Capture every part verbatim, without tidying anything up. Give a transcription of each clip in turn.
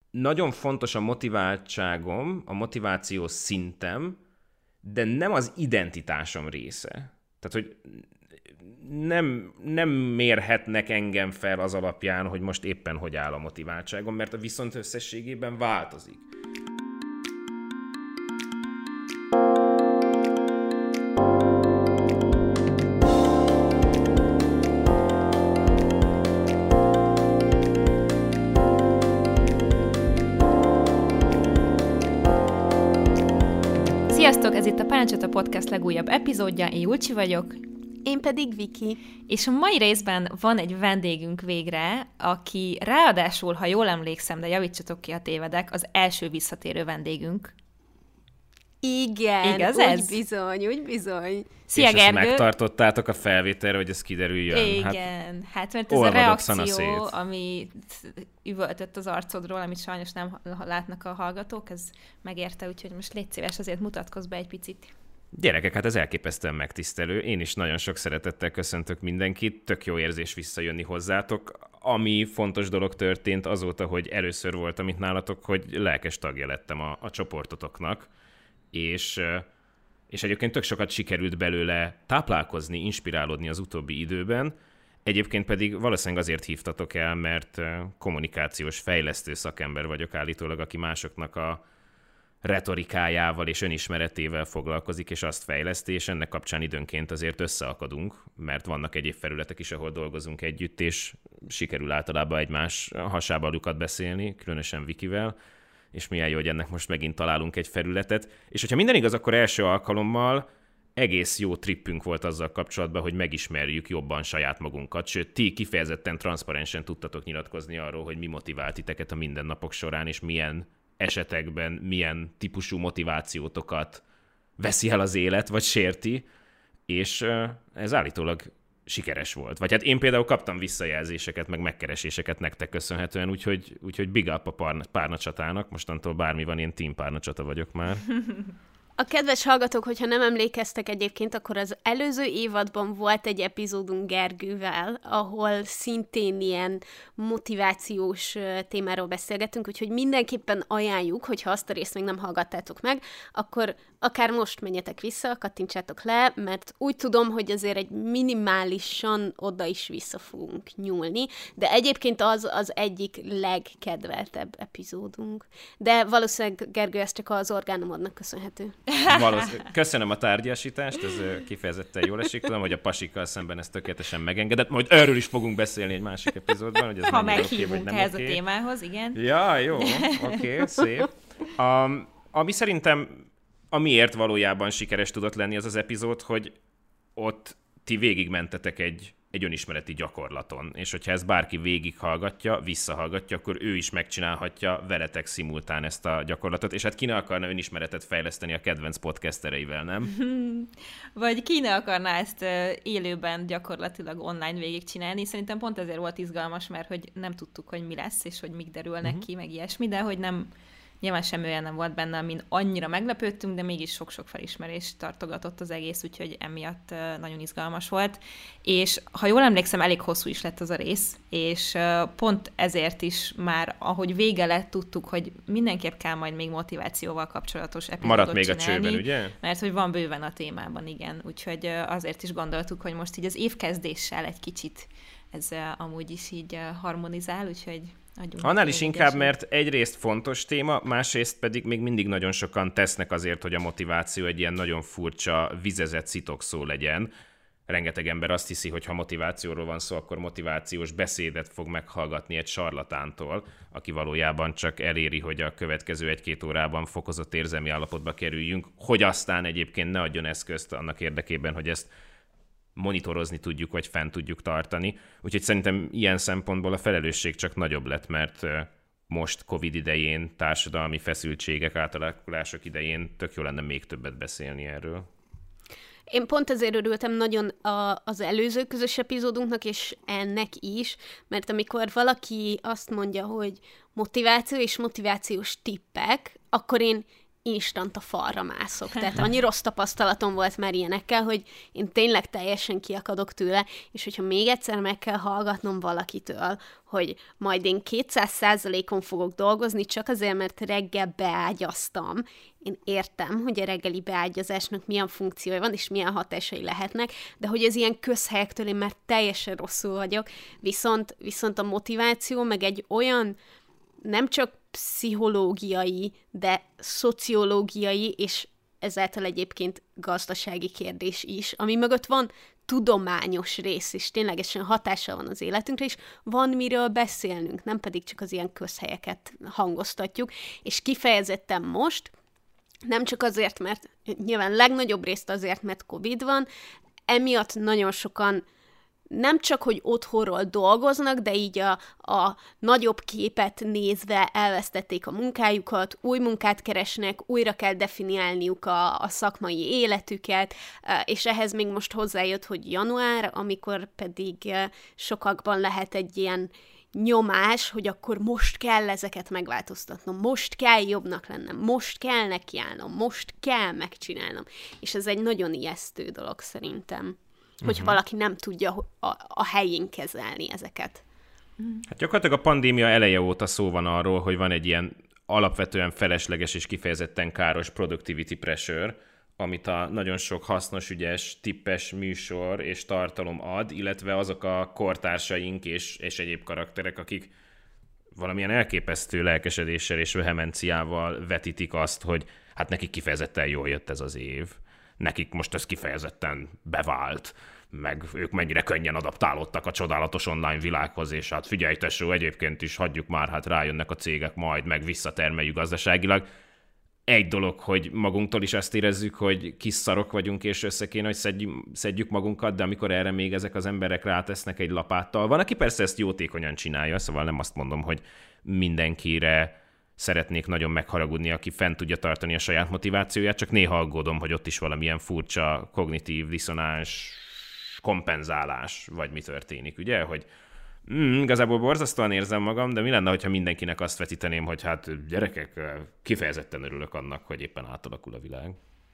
nagyon fontos a motiváltságom, a motivációs szintem, de nem az identitásom része. Tehát, hogy nem, nem mérhetnek engem fel az alapján, hogy most éppen hogy áll a motiváltságom, mert a viszont összességében változik. Sziasztok, ez itt a Párnacsata Podcast legújabb epizódja, én Julcsi vagyok. Én pedig Viki. És a mai részben van egy vendégünk végre, aki ráadásul, ha jól emlékszem, de javítsatok ki, ha tévedek, az első visszatérő vendégünk. Igen, Igaz úgy ez? bizony, úgy bizony. Szia, és Gergő! ezt megtartottátok a felvételre, hogy ez kiderüljön. Igen, hát, hát mert ez a reakció, szét. ami üvöltött az arcodról, amit sajnos nem látnak a hallgatók, ez megérte, úgyhogy most légy szíves, azért mutatkozz be egy picit. Gyerekek, hát ez elképesztően megtisztelő. Én is nagyon sok szeretettel köszöntök mindenkit. Tök jó érzés visszajönni hozzátok. Ami fontos dolog történt azóta, hogy először voltam itt nálatok, hogy lelkes tagja lettem a, a csoportotoknak, és, és egyébként tök sokat sikerült belőle táplálkozni, inspirálódni az utóbbi időben. Egyébként pedig valószínűleg azért hívtatok el, mert kommunikációs fejlesztő szakember vagyok állítólag, aki másoknak a retorikájával és önismeretével foglalkozik, és azt fejleszti, és ennek kapcsán időnként azért összeakadunk, mert vannak egyéb felületek is, ahol dolgozunk együtt, és sikerül általában egymás hasába lukat beszélni, különösen Vikivel, és milyen jó, hogy ennek most megint találunk egy felületet. És hogyha minden igaz, akkor első alkalommal egész jó trippünk volt azzal kapcsolatban, hogy megismerjük jobban saját magunkat, sőt, ti kifejezetten transzparensen tudtatok nyilatkozni arról, hogy mi motivált titeket a mindennapok során, és milyen esetekben milyen típusú motivációtokat veszi el az élet, vagy sérti, és ez állítólag sikeres volt. Vagy hát én például kaptam visszajelzéseket, meg megkereséseket nektek köszönhetően, úgyhogy, úgyhogy big up a Párnacsatának, mostantól bármi van, én team Párnacsata vagyok már. A kedves hallgatók, hogyha nem emlékeztek egyébként, akkor az előző évadban volt egy epizódunk Gergővel, ahol szintén ilyen motivációs témáról beszélgetünk, úgyhogy mindenképpen ajánljuk, hogyha azt a részt még nem hallgattátok meg, akkor akár most menjetek vissza, kattintsátok le, mert úgy tudom, hogy azért egy minimálisan oda is vissza fogunk nyúlni, de egyébként az az egyik legkedveltebb epizódunk. De valószínűleg, Gergő, ez csak az orgánumodnak köszönhető. Valószínűleg. Köszönöm a tárgyasítást, ez kifejezetten jól esik. Tudom, hogy a pasikkal szemben ez tökéletesen megengedett, majd erről is fogunk beszélni egy másik epizódban, hogy ez ha mennyire meghívunk oké, vagy nem ehhez oké. a témához, igen. Ja, jó, oké, okay, szép. Um, ami szerintem, amiért valójában sikeres tudott lenni az az epizód, hogy ott ti végigmentetek egy, egy önismereti gyakorlaton, és hogyha ez bárki végighallgatja, visszahallgatja, akkor ő is megcsinálhatja veletek szimultán ezt a gyakorlatot, és hát ki ne akarna önismeretet fejleszteni a kedvenc podcastereivel, nem? Vagy ki ne akarná ezt élőben gyakorlatilag online végigcsinálni. Szerintem pont ezért volt izgalmas, mert hogy nem tudtuk, hogy mi lesz, és hogy mik derülnek uh-huh. ki, meg ilyesmi, de hogy nem... Nyilván semmi olyan nem volt benne, amin annyira meglepődtünk, de mégis sok-sok felismerést tartogatott az egész, úgyhogy emiatt nagyon izgalmas volt. És ha jól emlékszem, elég hosszú is lett az a rész, és pont ezért is már, ahogy vége lett, tudtuk, hogy mindenképp kell majd még motivációval kapcsolatos epizódot Maradt még csinálni, a csőben, ugye? Mert hogy van bőven a témában, igen. Úgyhogy azért is gondoltuk, hogy most így az évkezdéssel egy kicsit ez amúgy is így harmonizál, úgyhogy annál is inkább, mert egyrészt fontos téma, másrészt pedig még mindig nagyon sokan tesznek azért, hogy a motiváció egy ilyen nagyon furcsa, vizezett szitokszó legyen. Rengeteg ember azt hiszi, hogy ha motivációról van szó, akkor motivációs beszédet fog meghallgatni egy sarlatántól, aki valójában csak eléri, hogy a következő egy-két órában fokozott érzelmi állapotba kerüljünk, hogy aztán egyébként ne adjon eszközt annak érdekében, hogy ezt monitorozni tudjuk, vagy fent tudjuk tartani. Úgyhogy szerintem ilyen szempontból a felelősség csak nagyobb lett, mert most Covid idején, társadalmi feszültségek, átalakulások idején tök jó lenne még többet beszélni erről. Én pont ezért örültem nagyon a, az előző közös epizódunknak, és ennek is, mert amikor valaki azt mondja, hogy motiváció és motivációs tippek, akkor én instant a falra mászok. Tehát annyi rossz tapasztalatom volt már ilyenekkel, hogy én tényleg teljesen kiakadok tőle, és hogyha még egyszer meg kell hallgatnom valakitől, hogy majd én kétszáz százalékon fogok dolgozni, csak azért, mert reggel beágyaztam. Én értem, hogy a reggeli beágyazásnak milyen funkciói van, és milyen hatásai lehetnek, de hogy az ilyen közhelyektől én már teljesen rosszul vagyok, viszont, viszont a motiváció meg egy olyan nem csak pszichológiai, de szociológiai, és ezáltal egyébként gazdasági kérdés is, ami mögött van tudományos rész, és ténylegesen hatással van az életünkre, és van miről beszélnünk, nem pedig csak az ilyen közhelyeket hangoztatjuk, és kifejezetten most, nem csak azért, mert nyilván legnagyobb részt azért, mert Covid van, emiatt nagyon sokan nem csak, hogy otthonról dolgoznak, de így a, a nagyobb képet nézve elvesztették a munkájukat, új munkát keresnek, újra kell definiálniuk a, a szakmai életüket, és ehhez még most hozzájött, hogy január, amikor pedig sokakban lehet egy ilyen nyomás, hogy akkor most kell ezeket megváltoztatnom, most kell jobbnak lennem, most kell nekiállnom, most kell megcsinálnom. És ez egy nagyon ijesztő dolog szerintem. Hogyha uh-huh. valaki nem tudja a, a helyén kezelni ezeket. Hát gyakorlatilag a pandémia eleje óta szó van arról, hogy van egy ilyen alapvetően felesleges és kifejezetten káros productivity pressure, amit a nagyon sok hasznos, ügyes, tippes műsor és tartalom ad, illetve azok a kortársaink és, és egyéb karakterek, akik valamilyen elképesztő lelkesedéssel és vehemenciával vetítik azt, hogy hát nekik kifejezetten jól jött ez az év. Nekik most ez kifejezetten bevált, meg ők mennyire könnyen adaptálódtak a csodálatos online világhoz, és hát figyelj tesó, egyébként is hagyjuk már, hát rájönnek a cégek majd, meg visszatermeljük gazdaságilag. Egy dolog, hogy magunktól is azt érezzük, hogy kis szarok vagyunk, és össze kéne, hogy szedjük, szedjük magunkat, de amikor erre még ezek az emberek rátesznek egy lapáttal, van, aki persze ezt jótékonyan csinálja, szóval nem azt mondom, hogy mindenkire szeretnék nagyon megharagudni, aki fent tudja tartani a saját motivációját, csak néha aggódom, hogy ott is valamilyen furcsa kognitív diszonáns kompenzálás, vagy mi történik, ugye? Hogy mm, igazából borzasztóan érzem magam, de mi lenne, hogyha mindenkinek azt vetíteném, hogy hát gyerekek, kifejezetten örülök annak, hogy éppen átalakul a világ.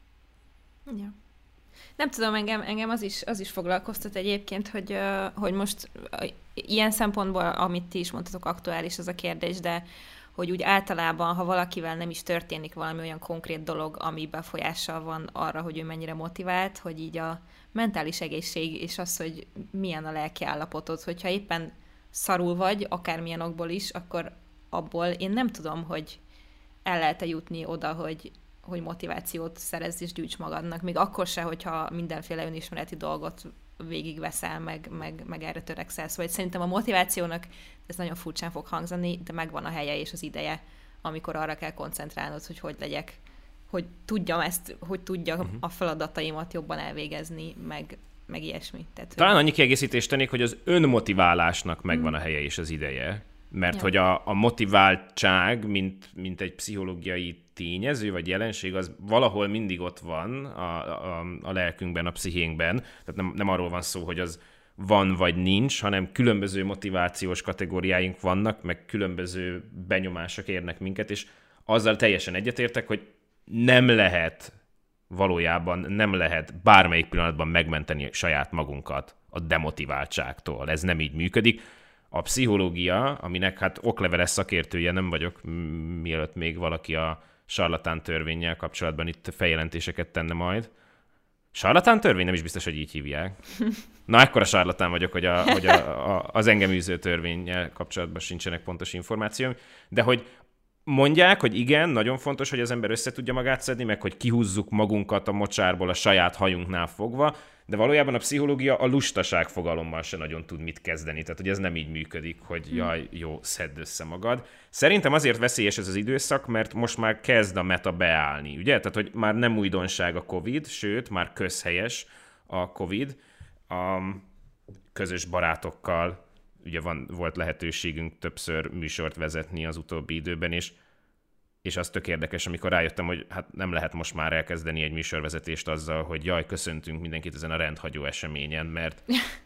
Ja. Nem tudom, engem, engem az, is, az is foglalkoztat egyébként, hogy, hogy most ilyen szempontból, amit ti is mondtatok, aktuális az a kérdés, de hogy úgy általában, ha valakivel nem is történik valami olyan konkrét dolog, ami befolyással van arra, hogy ő mennyire motivált, hogy így a mentális egészség és az, hogy milyen a lelki állapotod, hogyha éppen szarul vagy, akármilyen okból is, akkor abból én nem tudom, hogy el lehet-e jutni oda, hogy, hogy motivációt szerezz és gyűjts magadnak, még akkor se, hogyha mindenféle önismereti dolgot végigveszel, meg, meg, meg erre törekszel. Szóval szerintem a motivációnak, ez nagyon furcsán fog hangzani, de megvan a helye és az ideje, amikor arra kell koncentrálnod, hogy hogy legyek, hogy tudjam ezt, hogy tudjam uh-huh. a feladataimat jobban elvégezni, meg, meg ilyesmi. Tehát, Talán hogy... annyi kiegészítést tennék, hogy az önmotiválásnak megvan uh-huh. a helye és az ideje. Mert ja. hogy a, a motiváltság, mint, mint egy pszichológiai tényező vagy jelenség, az valahol mindig ott van a, a, a lelkünkben, a pszichénkben. Tehát nem, nem arról van szó, hogy az van vagy nincs, hanem különböző motivációs kategóriáink vannak, meg különböző benyomások érnek minket, és azzal teljesen egyetértek, hogy nem lehet, valójában nem lehet bármelyik pillanatban megmenteni saját magunkat a demotiváltságtól. Ez nem így működik. A pszichológia, aminek hát okleveles szakértője nem vagyok, mielőtt még valaki a sarlatán törvénnyel kapcsolatban itt feljelentéseket tenne majd. Sarlatán törvény? Nem is biztos, hogy így hívják. Na, ekkora sarlatán vagyok, hogy, a, hogy a, a, az engem űző törvénnyel kapcsolatban sincsenek pontos információim, de hogy mondják, hogy igen, nagyon fontos, hogy az ember össze tudja magát szedni, meg hogy kihúzzuk magunkat a mocsárból a saját hajunknál fogva, de valójában a pszichológia a lustaság fogalommal se nagyon tud mit kezdeni. Tehát, hogy ez nem így működik, hogy jaj, jó, szedd össze magad. Szerintem azért veszélyes ez az időszak, mert most már kezd a meta beállni, ugye? Tehát, hogy már nem újdonság a Covid, sőt, már közhelyes a Covid. A közös barátokkal ugye van, volt lehetőségünk többször műsort vezetni az utóbbi időben, és, és az tök érdekes, amikor rájöttem, hogy hát nem lehet most már elkezdeni egy műsorvezetést azzal, hogy jaj, köszöntünk mindenkit ezen a rendhagyó eseményen, mert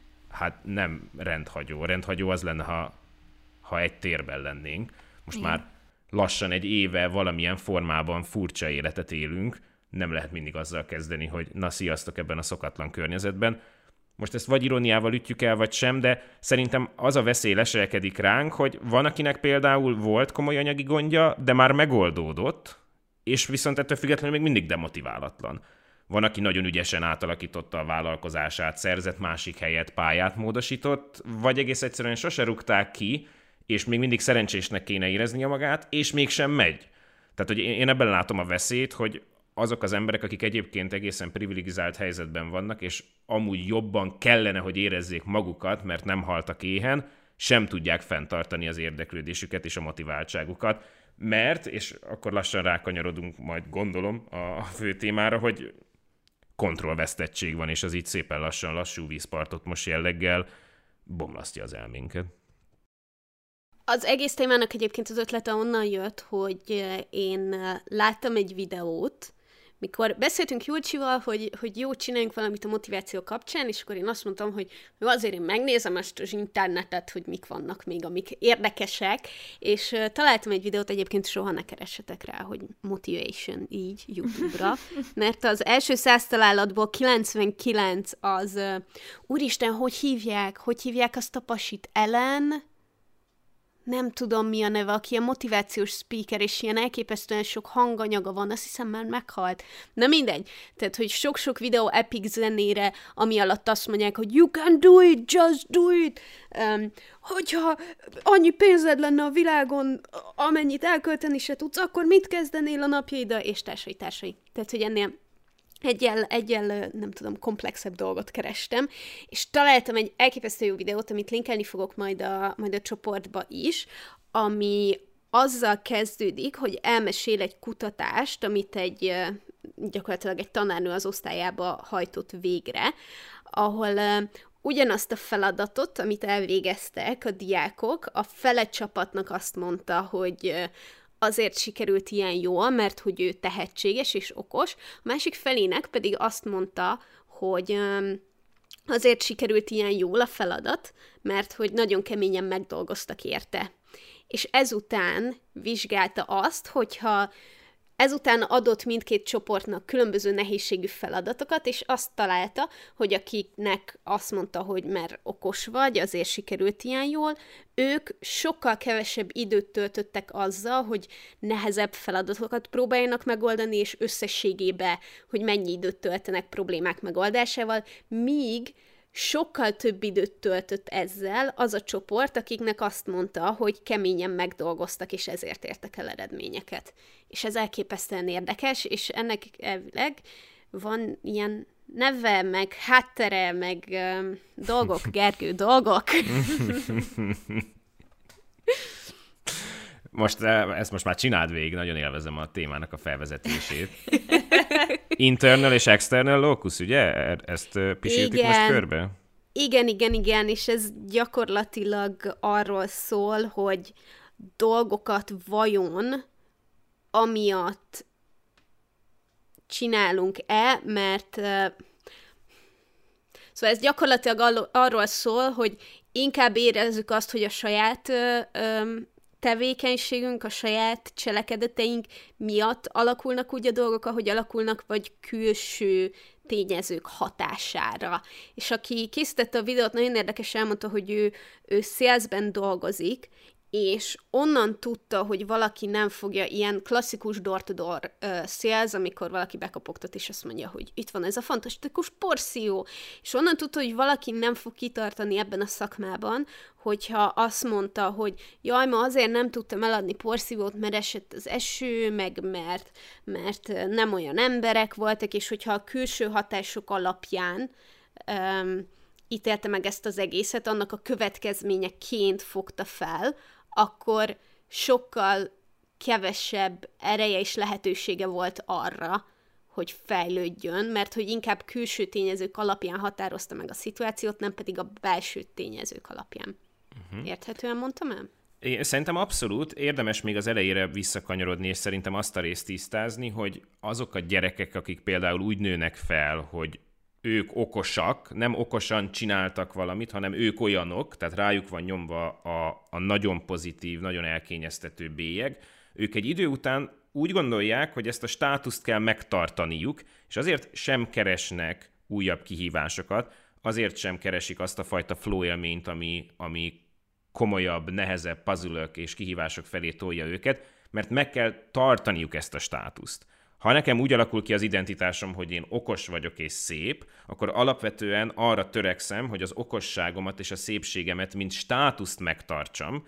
hát nem rendhagyó. Rendhagyó az lenne, ha, ha egy térben lennénk. Most igen. Már lassan egy éve valamilyen formában furcsa életet élünk, nem lehet mindig azzal kezdeni, hogy na sziasztok ebben a szokatlan környezetben. Most ezt vagy iróniával ütjük el, vagy sem, de szerintem az a veszély leselkedik ránk, hogy van, akinek például volt komoly anyagi gondja, de már megoldódott, és viszont ettől függetlenül még mindig demotiválatlan. Van, aki nagyon ügyesen átalakította a vállalkozását, szerzett másik helyet, pályát módosított, vagy egész egyszerűen sose rúgták ki, és még mindig szerencsésnek kéne éreznie magát, és mégsem megy. Tehát, hogy én ebben látom a veszélyt, hogy azok az emberek, akik egyébként egészen privilegizált helyzetben vannak, és amúgy jobban kellene, hogy érezzék magukat, mert nem haltak éhen, sem tudják fenntartani az érdeklődésüket és a motiváltságukat, mert, és akkor lassan rákanyarodunk majd gondolom a fő témára, hogy kontrollvesztettség van, és az így szépen lassan lassú vízpartot most jelleggel bomlasztja az elménket. Az egész témának egyébként az ötlete onnan jött, hogy én láttam egy videót, mikor beszéltünk Júlcsival, hogy, hogy jó, csináljunk valamit a motiváció kapcsán, és akkor én azt mondtam, hogy jó, azért én megnézem ezt az internetet, hogy mik vannak még, amik érdekesek, és uh, találtam egy videót, egyébként soha ne keressetek rá, hogy motivation így YouTube-ra, mert az első száz találatból kilencvenkilenc az, uh, úristen, hogy hívják, hogy hívják azt a pasit, Ellen... nem tudom mi a neve, aki a motivációs speaker, és ilyen elképesztően sok hanganyaga van, azt hiszem már meghalt. Na mindegy. Tehát, hogy sok-sok videó epic zenére, ami alatt azt mondják, hogy you can do it, just do it. Um, hogyha annyi pénzed lenne a világon, amennyit elkölteni se tudsz, akkor mit kezdenél a napjaiddal, és társai, társai. Tehát, hogy ennél egyel, egyel, nem tudom, komplexebb dolgot kerestem, és találtam egy elképesztő jó videót, amit linkelni fogok majd a, majd a csoportba is, ami azzal kezdődik, hogy elmesél egy kutatást, amit egy gyakorlatilag egy tanárnő az osztályába hajtott végre, ahol ugyanazt a feladatot, amit elvégeztek a diákok, a fele csapatnak azt mondta, hogy azért sikerült ilyen jól, mert hogy ő tehetséges és okos, a másik felének pedig azt mondta, hogy azért sikerült ilyen jól a feladat, mert hogy nagyon keményen megdolgoztak érte. És ezután vizsgálta azt, hogyha ezután adott mindkét csoportnak különböző nehézségű feladatokat, és azt találta, hogy akiknek azt mondta, hogy mert okos vagy, azért sikerült ilyen jól, ők sokkal kevesebb időt töltöttek azzal, hogy nehezebb feladatokat próbáljanak megoldani, és összességében, hogy mennyi időt töltenek problémák megoldásával, míg sokkal több időt töltött ezzel az a csoport, akiknek azt mondta, hogy keményen megdolgoztak, és ezért értek el eredményeket. És ez elképesztően érdekes, és ennek elvileg van ilyen neve, meg háttere, meg um, dolgok, Gergő, dolgok. Most ezt most már csináld végig, nagyon élvezem a témának a felvezetését. Internal és external locus, ugye? Ezt pisíltük most körbe? Igen, igen, igen, és ez gyakorlatilag arról szól, hogy dolgokat vajon amiatt csinálunk-e, mert szóval ez gyakorlatilag arról szól, hogy inkább érezzük azt, hogy a saját tevékenységünk, a saját cselekedeteink miatt alakulnak úgy a dolgok, ahogy alakulnak, vagy külső tényezők hatására. És aki készítette a videót, nagyon érdekes, elmondta, hogy ő, ő salesben dolgozik, és onnan tudta, hogy valaki nem fogja, ilyen klasszikus door-to-door uh, sales, amikor valaki bekapogtat, és azt mondja, hogy itt van ez a fantasztikus porszívó, és onnan tudta, hogy valaki nem fog kitartani ebben a szakmában, hogyha azt mondta, hogy jaj, ma azért nem tudtam eladni porszívót, mert esett az eső, meg mert, mert nem olyan emberek voltak, és hogyha a külső hatások alapján um, ítélte meg ezt az egészet, annak a következményeként fogta fel, akkor sokkal kevesebb ereje és lehetősége volt arra, hogy fejlődjön, mert hogy inkább külső tényezők alapján határozta meg a szituációt, nem pedig a belső tényezők alapján. Uh-huh. Érthetően mondtam el? Én szerintem abszolút érdemes még az elejére visszakanyarodni, és szerintem azt a részt tisztázni, hogy azok a gyerekek, akik például úgy nőnek fel, hogy ők okosak, nem okosan csináltak valamit, hanem ők olyanok, tehát rájuk van nyomva a, a nagyon pozitív, nagyon elkényeztető bélyeg, ők egy idő után úgy gondolják, hogy ezt a státuszt kell megtartaniuk, és azért sem keresnek újabb kihívásokat, azért sem keresik azt a fajta flow élményt, ami, ami komolyabb, nehezebb puzzle-ök és kihívások felé tolja őket, mert meg kell tartaniuk ezt a státuszt. Ha nekem úgy alakul ki az identitásom, hogy én okos vagyok és szép, akkor alapvetően arra törekszem, hogy az okosságomat és a szépségemet mint státuszt megtartsam,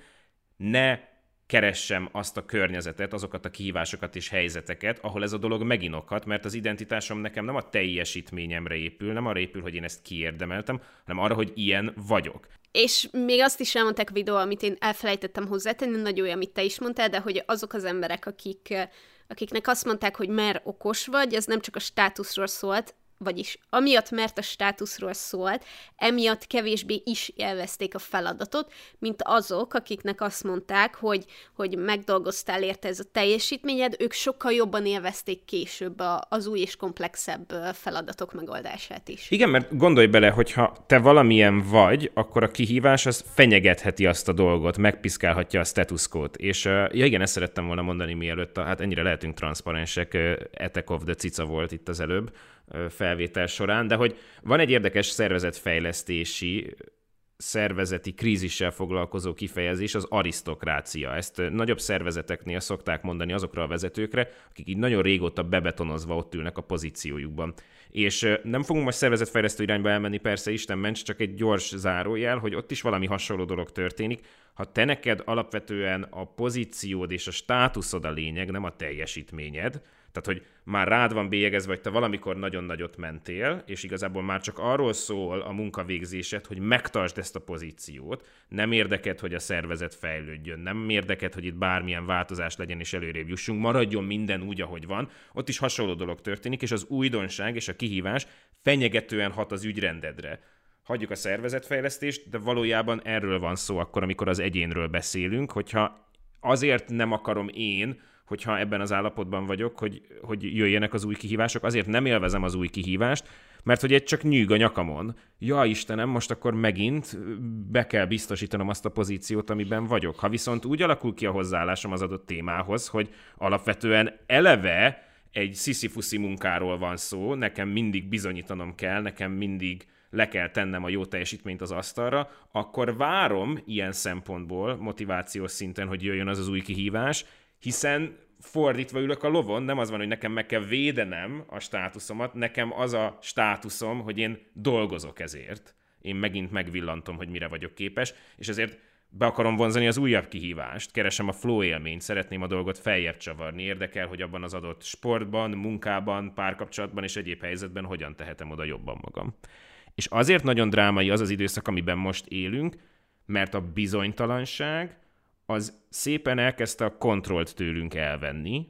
ne keressem azt a környezetet, azokat a kihívásokat és helyzeteket, ahol ez a dolog meginokhat, mert az identitásom nekem nem a teljesítményemre épül, nem arra épül, hogy én ezt kiérdemeltem, hanem arra, hogy ilyen vagyok. És még azt is elmondták a videó, amit én elfelejtettem hozzátenni, nagy olyan, amit te is mondtál, de hogy azok az emberek, akik, akiknek azt mondták, hogy mert okos vagy, ez nem csak a státuszról szólt, vagyis amiatt, mert a státuszról szólt, emiatt kevésbé is élvezték a feladatot, mint azok, akiknek azt mondták, hogy, hogy megdolgoztál érte ez a teljesítményed, ők sokkal jobban élvezték később a, az új és komplexebb feladatok megoldását is. Igen, mert gondolj bele, hogyha te valamilyen vagy, akkor a kihívás az fenyegetheti azt a dolgot, megpiszkálhatja a statuszkót. És ja igen, ezt szerettem volna mondani mielőtt, a, hát ennyire lehetünk transzparensek, Attack of the Cica volt itt az előbb, felvétel során, de hogy van egy érdekes szervezetfejlesztési, szervezeti krízissel foglalkozó kifejezés, az arisztokrácia. Ezt nagyobb szervezeteknél szokták mondani azokra a vezetőkre, akik így nagyon régóta bebetonozva ott ülnek a pozíciójukban. És nem fogunk most szervezetfejlesztő irányba elmenni, persze, Isten ments, csak egy gyors zárójel, hogy ott is valami hasonló dolog történik. Ha te neked alapvetően a pozíciód és a státuszod a lényeg, nem a teljesítményed, tehát, hogy már rád van bélyegezve, vagy te valamikor nagyon nagyot mentél, és igazából már csak arról szól a munkavégzésed, hogy megtartsd ezt a pozíciót, nem érdeked, hogy a szervezet fejlődjön, nem érdeked, hogy itt bármilyen változás legyen és előrébb jussunk, maradjon minden úgy, ahogy van, ott is hasonló dolog történik, és az újdonság és a kihívás fenyegetően hat az ügyrendedre. Hagyjuk a szervezetfejlesztést, de valójában erről van szó akkor, amikor az egyénről beszélünk, hogyha azért nem akarom én, hogyha ebben az állapotban vagyok, hogy, hogy jöjjenek az új kihívások, azért nem élvezem az új kihívást, mert hogy egy csak nyűg a nyakamon. Ja Istenem, most akkor megint be kell biztosítanom azt a pozíciót, amiben vagyok. Ha viszont úgy alakul ki a hozzáállásom az adott témához, hogy alapvetően eleve egy sziszifuszi munkáról van szó, nekem mindig bizonyítanom kell, nekem mindig le kell tennem a jó teljesítményt az asztalra, akkor várom ilyen szempontból, motivációs szinten, hogy jöjjön az az új kihívás, hiszen fordítva ülök a lovon, nem az van, hogy nekem meg kell védenem a státuszomat, nekem az a státuszom, hogy én dolgozok ezért. Én megint megvillantom, hogy mire vagyok képes, és ezért be akarom vonzani az újabb kihívást, keresem a flow élményt, szeretném a dolgot feljebb csavarni, érdekel, hogy abban az adott sportban, munkában, párkapcsolatban és egyéb helyzetben hogyan tehetem oda jobban magam. És azért nagyon drámai az az időszak, amiben most élünk, mert a bizonytalanság az szépen elkezdte a kontrollt tőlünk elvenni.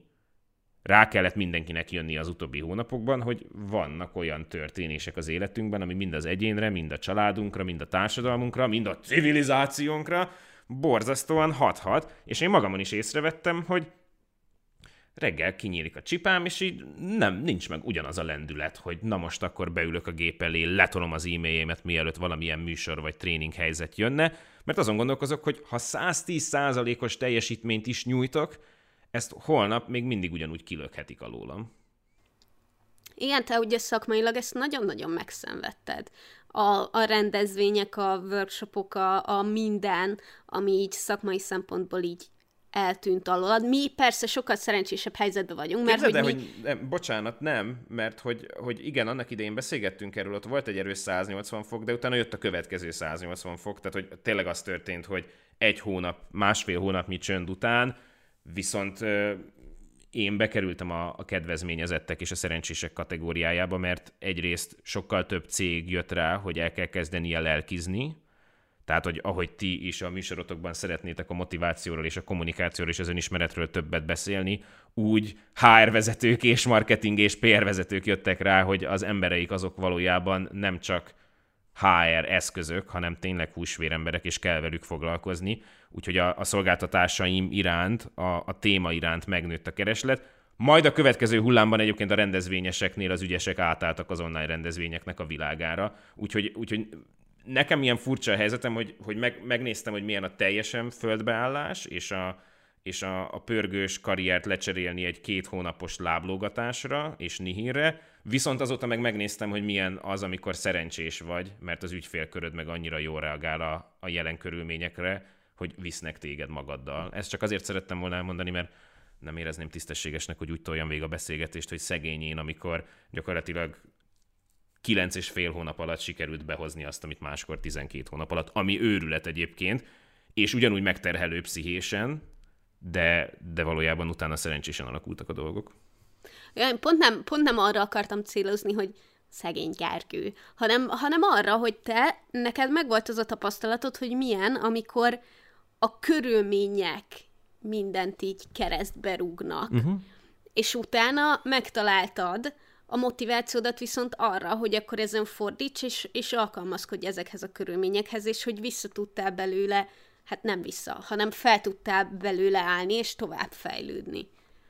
Rá kellett mindenkinek jönni az utóbbi hónapokban, hogy vannak olyan történések az életünkben, ami mind az egyénre, mind a családunkra, mind a társadalmunkra, mind a civilizációnkra borzasztóan hathat, és én magamon is észrevettem, hogy reggel kinyílik a csipám, és így nem, nincs meg ugyanaz a lendület, hogy na most akkor beülök a gép elé, letolom az e-mailjémet, mielőtt valamilyen műsor vagy tréning helyzet jönne, mert azon gondolkozok, hogy ha száztíz százalékos teljesítményt is nyújtok, ezt holnap még mindig ugyanúgy kilökhetik alólam. Igen, te ugye szakmailag ezt nagyon-nagyon megszenvedted. A, a rendezvények, a workshopok, a, a minden, ami így szakmai szempontból így eltűnt alólad. Mi persze sokkal szerencsésebb helyzetben vagyunk, mert Képzeld, hogy de, mi... hogy nem, bocsánat, nem, mert hogy, hogy igen, annak idején beszélgettünk erről, ott volt egy erős száznyolcvan fok, de utána jött a következő száznyolcvan fok, tehát hogy tényleg az történt, hogy egy hónap, másfél hónapnyi csönd után, viszont euh, én bekerültem a, a kedvezményezettek és a szerencsések kategóriájába, mert egyrészt sokkal több cég jött rá, hogy el kell kezdenie lelkizni. Tehát, hogy ahogy ti is a műsorotokban szeretnétek a motivációról és a kommunikációról és az önismeretről többet beszélni, úgy há er vezetők és marketing és pé er vezetők jöttek rá, hogy az embereik azok valójában nem csak há er eszközök, hanem tényleg húsvéremberek, és kell velük foglalkozni. Úgyhogy a, a szolgáltatásaim iránt, a, a téma iránt megnőtt a kereslet. Majd a következő hullámban egyébként a rendezvényeseknél az ügyesek átálltak az online rendezvényeknek a világára. Úgyhogy, úgyhogy nekem ilyen furcsa a helyzetem, hogy, hogy meg, megnéztem, hogy milyen a teljesen földbeállás, és a, és a, a pörgős karriert lecserélni egy két hónapos láblógatásra és nihilre, viszont azóta meg megnéztem, hogy milyen az, amikor szerencsés vagy, mert az ügyfélköröd meg annyira jól reagál a, a jelen körülményekre, hogy visznek téged magaddal. Ezt csak azért szerettem volna elmondani, mert nem érezném tisztességesnek, hogy úgy toljam végig a beszélgetést, hogy szegény én, amikor gyakorlatilag kilenc és fél hónap alatt sikerült behozni azt, amit máskor tizenkét hónap alatt, ami őrület egyébként, és ugyanúgy megterhelő pszichésen, de, de valójában utána szerencsésen alakultak a dolgok. Ja, pont, nem, pont nem arra akartam célozni, hogy szegény Gergő, hanem, hanem arra, hogy te, neked megvolt az a tapasztalatod, hogy milyen, amikor a körülmények mindent így keresztbe rúgnak. Uh-huh. És utána megtaláltad a motivációdat viszont arra, hogy akkor ezen fordíts, és, és alkalmazkodj ezekhez a körülményekhez, és hogy vissza tudtál belőle, hát nem vissza, hanem fel tudtál belőle állni, és tovább fejlődni.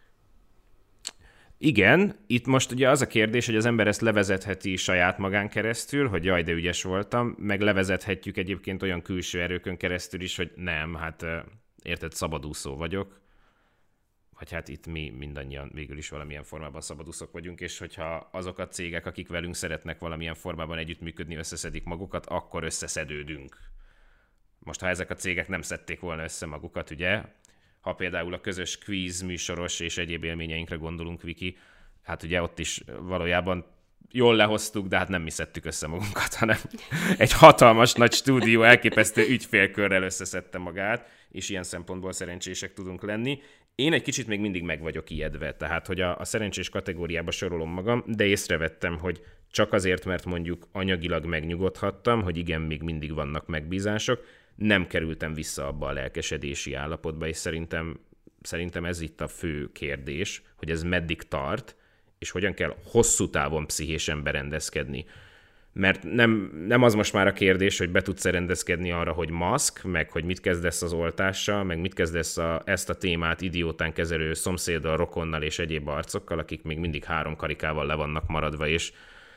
Igen, itt most ugye az a kérdés, hogy az ember ezt levezetheti saját magán keresztül, hogy jaj, de ügyes voltam, meg levezethetjük egyébként olyan külső erőkön keresztül is, hogy nem, hát érted, szabadúszó vagyok, vagy hát itt mi mindannyian végül is valamilyen formában szabadúszók vagyunk, és hogyha azok a cégek, akik velünk szeretnek valamilyen formában együttműködni, összeszedik magukat, akkor összeszedődünk. Most, ha ezek a cégek nem szedték volna össze magukat, ugye, ha például a közös quiz műsoros és egyéb élményeinkre gondolunk, Viki, hát ugye ott is valójában jól lehoztuk, de hát nem mi szedtük össze magunkat, hanem egy hatalmas nagy stúdió elképesztő ügyfélkörrel összeszedte magát, és ilyen szempontból szerencsések tudunk lenni. Én egy kicsit még mindig meg vagyok ijedve, tehát hogy a, a szerencsés kategóriába sorolom magam, de észrevettem, hogy csak azért, mert mondjuk anyagilag megnyugodhattam, hogy igen, még mindig vannak megbízások, nem kerültem vissza abba a lelkesedési állapotba, és szerintem, szerintem ez itt a fő kérdés, hogy ez meddig tart, és hogyan kell hosszú távon pszichésen berendezkedni. Mert nem, nem az most már a kérdés, hogy be tudsz rendezkedni arra, hogy maszk, meg hogy mit kezdesz az oltással, meg mit kezdesz a, ezt a témát idiótán kezelő szomszéddal, rokonnal és egyéb arcokkal, akik még mindig három karikával le vannak maradva, és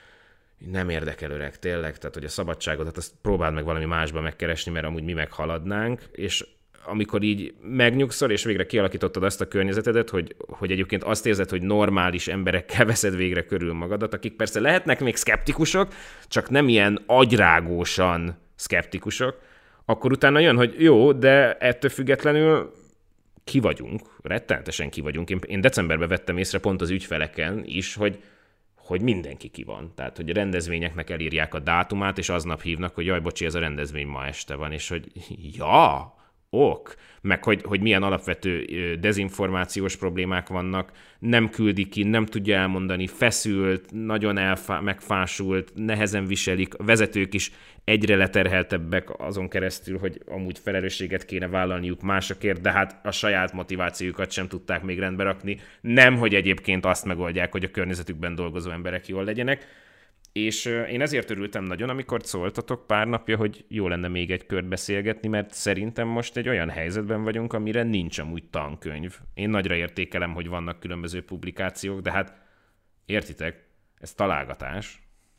nem érdekel öreg, tényleg, tehát hogy a szabadságodat azt próbáld meg valami másba megkeresni, mert amúgy mi meghaladnánk, és amikor így megnyugszol, és végre kialakítottad azt a környezetedet, hogy, hogy egyébként azt érzed, hogy normális emberekkel veszed végre körül magadat, akik persze lehetnek még szkeptikusok, csak nem ilyen agyrágósan szkeptikusok, akkor utána jön, hogy jó, de ettől függetlenül ki vagyunk, rettenetesen ki vagyunk. Én, én decemberben vettem észre pont az ügyfeleken is, hogy hogy mindenki ki van. Tehát, hogy a rendezvényeknek elírják a dátumát, és aznap hívnak, hogy jaj, bocsi, ez a rendezvény ma este van, és hogy ja, ok, meg hogy, hogy milyen alapvető dezinformációs problémák vannak, nem küldi ki, nem tudja elmondani, feszült, nagyon elfá- megfásult, nehezen viselik, a vezetők is egyre leterheltebbek azon keresztül, hogy amúgy felelősséget kéne vállalniuk másokért, de hát a saját motivációjukat sem tudták még rendbe rakni, nem, hogy egyébként azt megoldják, hogy a környezetükben dolgozó emberek jól legyenek. És én ezért örültem nagyon, amikor szóltatok pár napja, hogy jó lenne még egy kört beszélgetni, mert szerintem most egy olyan helyzetben vagyunk, amire nincs amúgy tankönyv. Én nagyra értékelem, hogy vannak különböző publikációk, de hát értitek, ez találgatás.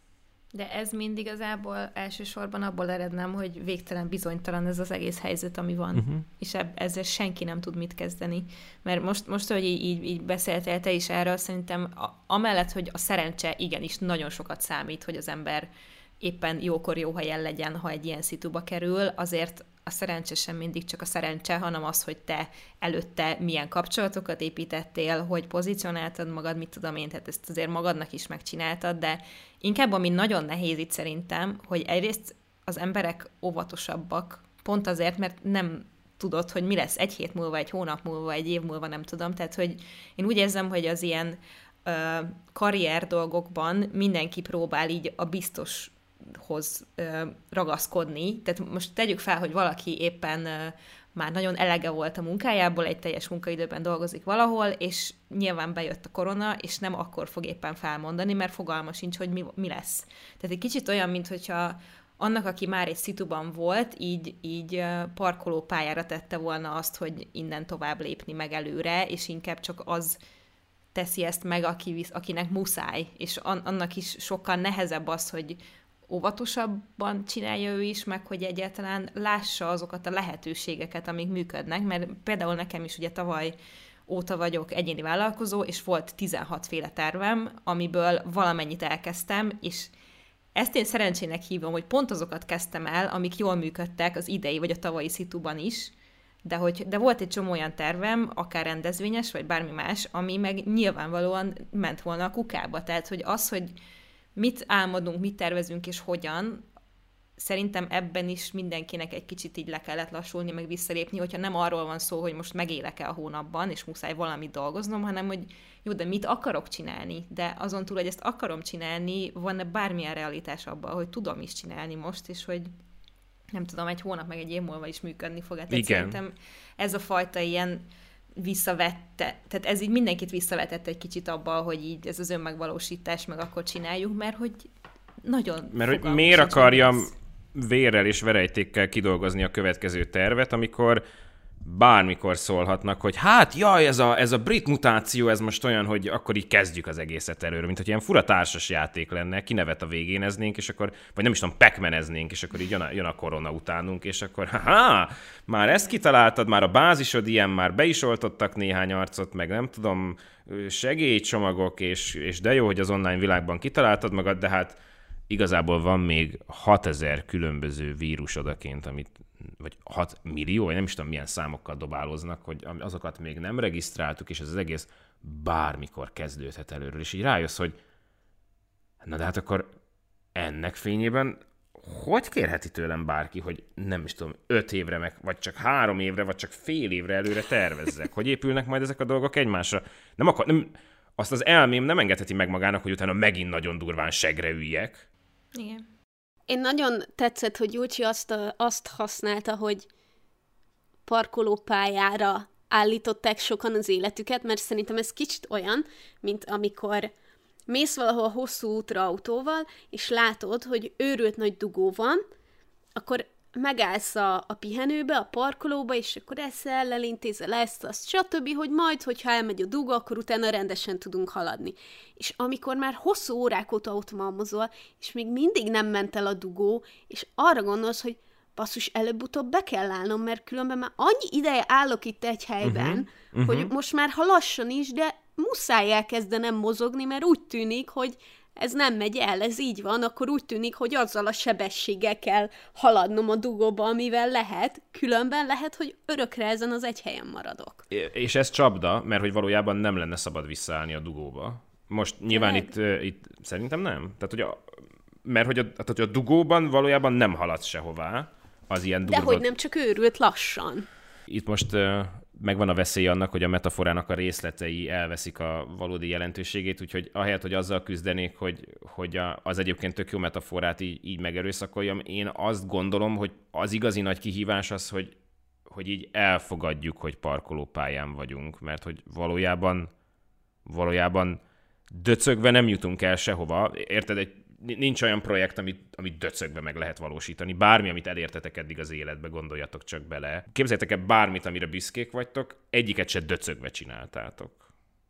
De ez mind igazából elsősorban abból erednem, hogy végtelen bizonytalan ez az egész helyzet, ami van. Uh-huh. És eb- ezzel senki nem tud mit kezdeni. Mert most, most hogy így, így, így beszéltél te is erről, szerintem a, amellett, hogy a szerencse igenis nagyon sokat számít, hogy az ember éppen jókor jó helyen legyen, ha egy ilyen szituba kerül, azért a szerencse sem mindig csak a szerencse, hanem az, hogy te előtte milyen kapcsolatokat építettél, hogy pozícionáltad magad, mit tudom én, tehát ezt azért magadnak is megcsináltad, de inkább ami nagyon nehéz itt szerintem, hogy egyrészt az emberek óvatosabbak, pont azért, mert nem tudod, hogy mi lesz egy hét múlva, egy hónap múlva, egy év múlva, nem tudom, tehát hogy én úgy érzem, hogy az ilyen ö, karrier dolgokban mindenki próbál így a biztos hoz ö, ragaszkodni. Tehát most tegyük fel, hogy valaki éppen ö, már nagyon elege volt a munkájából, egy teljes munkaidőben dolgozik valahol, és nyilván bejött a korona, és nem akkor fog éppen felmondani, mert fogalma sincs, hogy mi, mi lesz. Tehát egy kicsit olyan, mintha annak, aki már egy szituban volt, így, így parkolópályára tette volna azt, hogy innen tovább lépni meg előre, és inkább csak az teszi ezt meg, aki, akinek muszáj, és an, annak is sokkal nehezebb az, hogy óvatosabban csinálja ő is, meg hogy egyáltalán lássa azokat a lehetőségeket, amik működnek, mert például nekem is ugye tavaly óta vagyok egyéni vállalkozó, és volt tizenhat féle tervem, amiből valamennyit elkezdtem, és ezt én szerencsének hívom, hogy pont azokat kezdtem el, amik jól működtek az idei vagy a tavalyi szituban is, de, hogy, de volt egy csomó olyan tervem, akár rendezvényes, vagy bármi más, ami meg nyilvánvalóan ment volna a kukába. Tehát, hogy az, hogy mit álmodunk, mit tervezünk és hogyan, szerintem ebben is mindenkinek egy kicsit így le kellett lassulni, meg visszalépni, hogyha nem arról van szó, hogy most megélek-e a hónapban, és muszáj valamit dolgoznom, hanem hogy jó, de mit akarok csinálni? De azon túl, hogy ezt akarom csinálni, van-e bármilyen realitás abban, hogy tudom is csinálni most, és hogy nem tudom, egy hónap meg egy év múlva is működni fog. Tehát szerintem ez a fajta ilyen visszavette, tehát ez így mindenkit visszavetett egy kicsit abba, hogy így ez az önmegvalósítás, meg akkor csináljuk, mert hogy nagyon Mert hogy miért akarjam vérrel és verejtékkel kidolgozni a következő tervet, amikor bármikor szólhatnak, hogy hát, jaj, ez a, ez a brit mutáció, ez most olyan, hogy akkor így kezdjük az egészet előről, mint hogy ilyen fura társas játék lenne, kinevet a végéneznénk, és akkor, vagy nem is tudom, pac-maneznénk, és akkor így jön a, jön a korona utánunk, és akkor haha, már ezt kitaláltad, már a bázisod ilyen, már be is oltottak néhány arcot, meg nem tudom, segélycsomagok, és, és de jó, hogy az online világban kitaláltad magad, de hát igazából van még hatezer különböző vírus odaként, amit, vagy hat millió, vagy nem is tudom milyen számokkal dobáloznak, hogy azokat még nem regisztráltuk, és ez az egész bármikor kezdődhet előről. És így rájössz, hogy na de hát akkor ennek fényében hogy kérheti tőlem bárki, hogy nem is tudom, öt évre, meg, vagy csak három évre, vagy csak fél évre előre tervezzek? Hogy épülnek majd ezek a dolgok egymásra? Nem akar, nem, azt az elmém nem engedheti meg magának, hogy utána megint nagyon durván segre üljek. Igen. Én nagyon tetszett, hogy Júcsi azt, a, azt használta, hogy parkolópályára állították sokan az életüket, mert szerintem ez kicsit olyan, mint amikor mész valahol hosszú útra autóval, és látod, hogy őrült nagy dugó van, akkor megállsz a, a pihenőbe, a parkolóba, és akkor eszel, elintézel ezt, azt, stb., hogy majd, hogyha elmegy a dugó, akkor utána rendesen tudunk haladni. És amikor már hosszú órák óta ott malmozol, és még mindig nem ment el a dugó, és arra gondolsz, hogy basszus, előbb-utóbb be kell állnom, mert különben már annyi ideje állok itt egy helyben, uh-huh, uh-huh. hogy most már ha lassan is, de muszáj elkezdenem mozogni, mert úgy tűnik, hogy ez nem megy el, ez így van, akkor úgy tűnik, hogy azzal a sebességgel kell haladnom a dugóba, amivel lehet, különben lehet, hogy örökre ezen az egy helyen maradok. És ez csapda, mert hogy valójában nem lenne szabad visszaállni a dugóba. Most nyilván itt, itt szerintem nem. Tehát, hogy a, mert hogy a, tehát, hogy a dugóban valójában nem haladsz sehová. Az ilyen durva... De hogy nem csak őrült lassan. Itt most uh, megvan a veszély annak, hogy a metaforának a részletei elveszik a valódi jelentőségét, úgyhogy ahelyett, hogy azzal küzdenék, hogy, hogy a, az egyébként tök jó metaforát így, így megerőszakoljam, én azt gondolom, hogy az igazi nagy kihívás az, hogy, hogy így elfogadjuk, hogy parkolópályán vagyunk, mert hogy valójában, valójában döcögve nem jutunk el sehova. Érted, egy nincs olyan projekt, amit, amit döcögve meg lehet valósítani. Bármi, amit elértetek eddig az életbe, gondoljatok csak bele. Képzeljétek el bármit, amire büszkék vagytok, egyiket se döcögve csináltátok.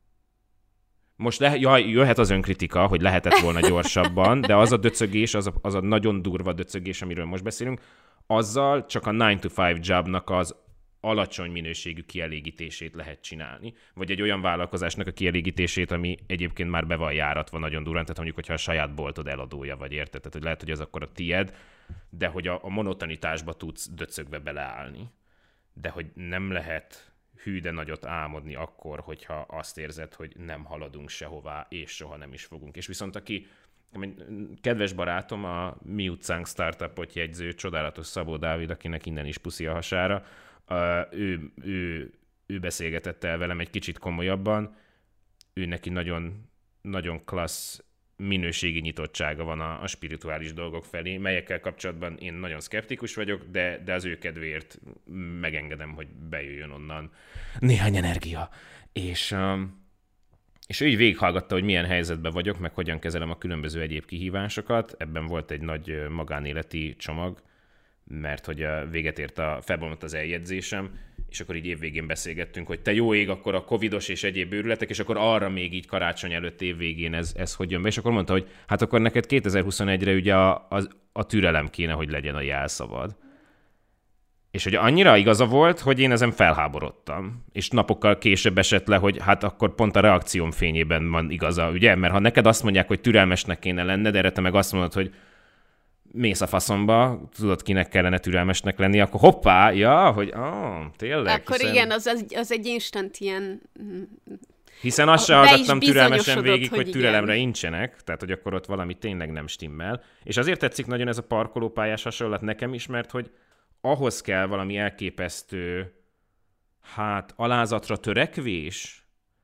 Most le, jaj, jöhet az önkritika, hogy lehetett volna gyorsabban, de az a döcögés, az a, az a nagyon durva döcögés, amiről most beszélünk, azzal csak a nine to five jobnak az alacsony minőségű kielégítését lehet csinálni, vagy egy olyan vállalkozásnak a kielégítését, ami egyébként már be van járatva nagyon durván, tehát mondjuk, hogyha a saját boltod eladója vagy, érted? Tehát, hogy lehet, hogy ez akkor a tied, de hogy a, a monotonitásba tudsz döcögve beleállni. De hogy nem lehet hű de nagyot álmodni akkor, hogyha azt érzed, hogy nem haladunk sehová, és soha nem is fogunk. És viszont aki, kedves barátom, a Mi utcánk startupot jegyző, csodálatos Szabó Dávid, akinek innen is puszi a hasára, Uh, ő, ő, ő beszélgetett el velem egy kicsit komolyabban, ő neki nagyon, nagyon klassz minőségi nyitottsága van a, a spirituális dolgok felé, melyekkel kapcsolatban én nagyon szkeptikus vagyok, de, de az ő kedvéért megengedem, hogy bejöjjön onnan néhány energia. És, um, és ő így végighallgatta, hogy milyen helyzetben vagyok, meg hogyan kezelem a különböző egyéb kihívásokat. Ebben volt egy nagy magánéleti csomag, mert hogy a véget ért a, felbomlott az eljegyzésem, és akkor így évvégén beszélgettünk, hogy te jó ég, akkor a covidos és egyéb őrületek, és akkor arra még így karácsony előtt évvégén ez, ez hogy jön be, és akkor mondta, hogy hát akkor neked kétezer-huszonegyre ugye a, a, a türelem kéne, hogy legyen a jelszavad. És hogy annyira igaza volt, hogy én ezen felháborodtam. És napokkal később esett le, hogy hát akkor pont a reakcióm fényében van igaza, ugye? Mert ha neked azt mondják, hogy türelmesnek kéne lenned, erre te meg azt mondod, hogy mész a faszomba, tudod, kinek kellene türelmesnek lenni, akkor hoppá, ja, hogy ah, tényleg. Akkor hiszen... igen, az, az egy instant ilyen... Hiszen azt sem hallgattam türelmesen végig, hogy, hogy türelemre incsenek, tehát hogy akkor ott valami tényleg nem stimmel. És azért tetszik nagyon ez a parkolópályás hasonlat nekem is, mert hogy ahhoz kell valami elképesztő, hát alázatra törekvés,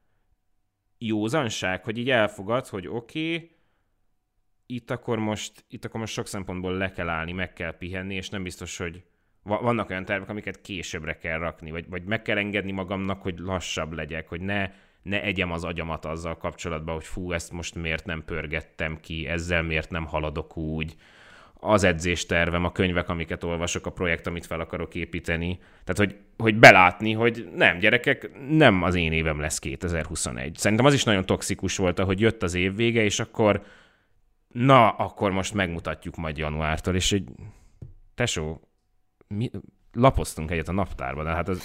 józanság, hogy így elfogad, hogy oké, okay, itt akkor most, itt akkor most sok szempontból le kell állni, meg kell pihenni, és nem biztos, hogy vannak olyan tervek, amiket későbbre kell rakni, vagy, vagy meg kell engedni magamnak, hogy lassabb legyek, hogy ne, ne egyem az agyamat azzal kapcsolatban, hogy fú, ezt most miért nem pörgettem ki, ezzel miért nem haladok úgy, az edzéstervem, a könyvek, amiket olvasok, a projekt, amit fel akarok építeni. Tehát, hogy, hogy belátni, hogy nem, gyerekek, nem az én évem lesz kétezer-huszonegy. Szerintem az is nagyon toxikus volt, ahogy jött az év vége, és akkor na, akkor most megmutatjuk majd januártól, és egy tesó, mi, lapoztunk egyet a naptárban, de hát az...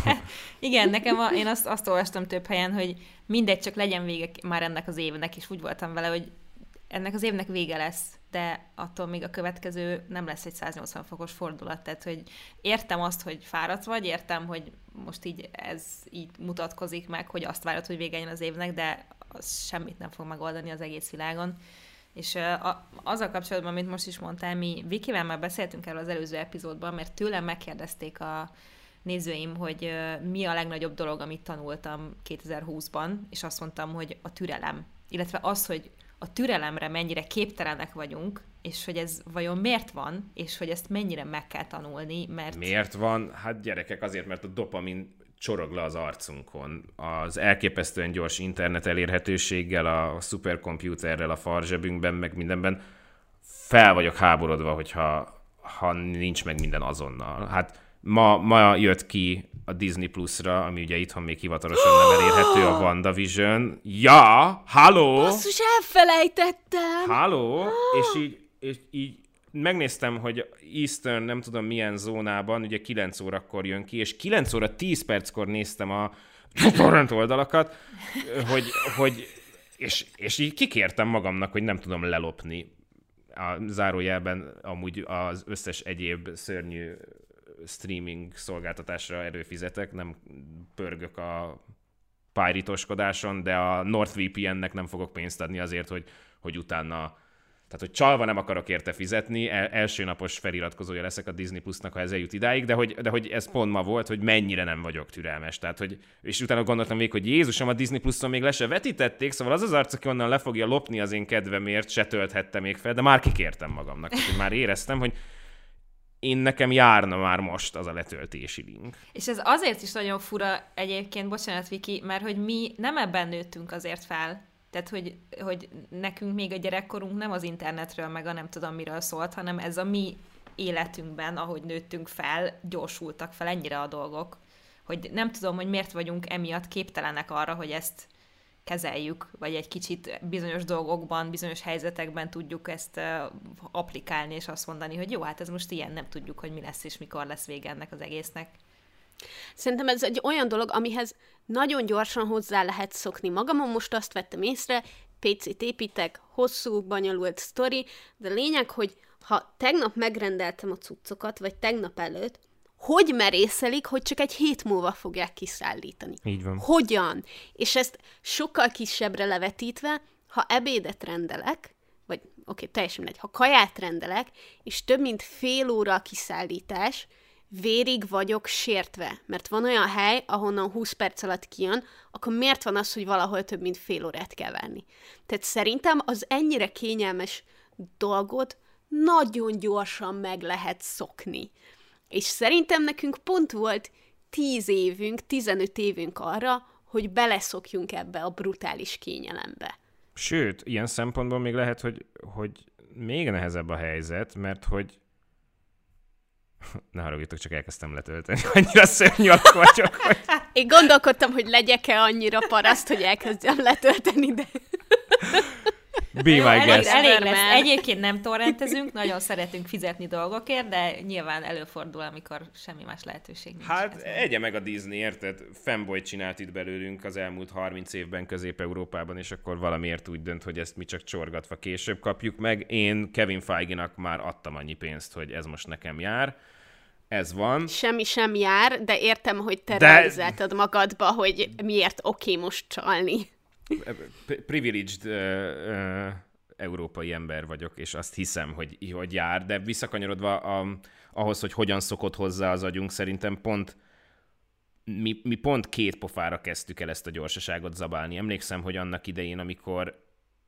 Igen, nekem a, én azt, azt olvastam több helyen, hogy mindegy, csak legyen vége már ennek az évnek, és úgy voltam vele, hogy ennek az évnek vége lesz, de attól még a következő nem lesz egy száznyolcvan fokos fordulat, tehát hogy értem azt, hogy fáradt vagy, értem, hogy most így ez így mutatkozik meg, hogy azt várod, hogy vége legyen az évnek, de az semmit nem fog megoldani az egész világon. És a, azzal kapcsolatban, amit most is mondtál, mi Vikivel már beszéltünk erről az előző epizódban, mert tőlem megkérdezték a nézőim, hogy mi a legnagyobb dolog, amit tanultam kétezer-húszban, és azt mondtam, hogy a türelem. Illetve az, hogy a türelemre mennyire képtelenek vagyunk, és hogy ez vajon miért van, és hogy ezt mennyire meg kell tanulni, mert... Miért van? Hát gyerekek, azért, mert a dopamin csorog le az arcunkon. Az elképesztően gyors internet elérhetőséggel, a szuperkomputerrel a farzsebünkben, meg mindenben fel vagyok háborodva, hogyha ha nincs meg minden azonnal. Hát ma, ma jött ki a Disney Plus-ra, ami ugye itthon még hivatalosan nem elérhető, a WandaVision. Ja, halló! Basszus, elfelejtettem! Halló! És így, és így megnéztem, hogy Eastern nem tudom milyen zónában, ugye kilenc órakor jön ki, és kilenc óra tíz perckor néztem a torrent oldalakat, hogy, hogy és, és így kikértem magamnak, hogy nem tudom lelopni. A zárójelben amúgy az összes egyéb szörnyű streaming szolgáltatásra előfizetek, nem pörgök a pályrítóskodáson, de a NordVPN-nek nem fogok pénzt adni azért, hogy, hogy utána, tehát hogy csalva nem akarok érte fizetni, el, első napos feliratkozója leszek a Disney Plus-nak, ha ez eljut idáig, de hogy, de hogy ez pont ma volt, hogy mennyire nem vagyok türelmes. Tehát, hogy, és utána gondoltam még, hogy Jézusom, a Disney Plus-on még le se vetítették, szóval az az arc, aki onnan le fogja lopni az én kedvemért, se tölthette még fel, de már kikértem magamnak. Tehát, már éreztem, hogy én nekem járna már most az a letöltési link. És ez azért is nagyon fura egyébként, bocsánat Viki, mert hogy mi nem ebben nőttünk azért fel. Tehát, hogy, hogy nekünk még a gyerekkorunk nem az internetről, meg a nem tudom miről szólt, hanem ez a mi életünkben, ahogy nőttünk fel, gyorsultak fel ennyire a dolgok, hogy nem tudom, hogy miért vagyunk emiatt képtelenek arra, hogy ezt kezeljük, vagy egy kicsit bizonyos dolgokban, bizonyos helyzetekben tudjuk ezt uh, applikálni, és azt mondani, hogy jó, hát ez most ilyen, nem tudjuk, hogy mi lesz, és mikor lesz vége ennek az egésznek. Szerintem ez egy olyan dolog, amihez nagyon gyorsan hozzá lehet szokni. Magamon most azt vettem észre, pé cét építek, hosszú, bonyolult sztori, de a lényeg, hogy ha tegnap megrendeltem a cuccokat, vagy tegnap előtt, hogy merészelik, hogy csak egy hét múlva fogják kiszállítani. Így van. Hogyan? És ezt sokkal kisebbre levetítve, ha ebédet rendelek, vagy oké, okay, teljesen mindegy, ha kaját rendelek, és több mint fél óra a kiszállítás, vérig vagyok sértve, mert van olyan hely, ahonnan húsz perc alatt kijön, akkor miért van az, hogy valahol több mint fél órát kell várni? Tehát szerintem az ennyire kényelmes dolgot nagyon gyorsan meg lehet szokni. És szerintem nekünk pont volt tíz évünk, tizenöt évünk arra, hogy beleszokjunk ebbe a brutális kényelembe. Sőt, ilyen szempontból még lehet, hogy, hogy még nehezebb a helyzet, mert hogy Ne haragudjatok, csak elkezdtem letölteni. Annyira szörnyű alak vagyok, hogy... Én gondolkodtam, hogy legyek-e annyira paraszt, hogy elkezdjem letölteni, de... Be my elég, guest. elég lesz. Egyébként nem torrentezünk, nagyon szeretünk fizetni dolgokért, de nyilván előfordul, amikor semmi más lehetőség nincs. Hát egye meg a Disney, érted? Fanboy csinált itt belőlünk az elmúlt harminc évben Közép-Európában, és akkor valamiért úgy dönt, hogy ezt mi csak csorgatva később kapjuk meg. Én Kevin Feige-nak már adtam annyi pénzt, hogy ez most nekem jár. Ez van. Semmi sem jár, de értem, hogy te De... realizáltad magadba, hogy miért oké okay most csalni. Privileged uh, uh, európai ember vagyok, és azt hiszem, hogy, hogy jár, de visszakanyarodva a, ahhoz, hogy hogyan szokott hozzá az agyunk, szerintem pont mi, mi pont két pofára kezdtük el ezt a gyorsaságot zabálni. Emlékszem, hogy annak idején, amikor,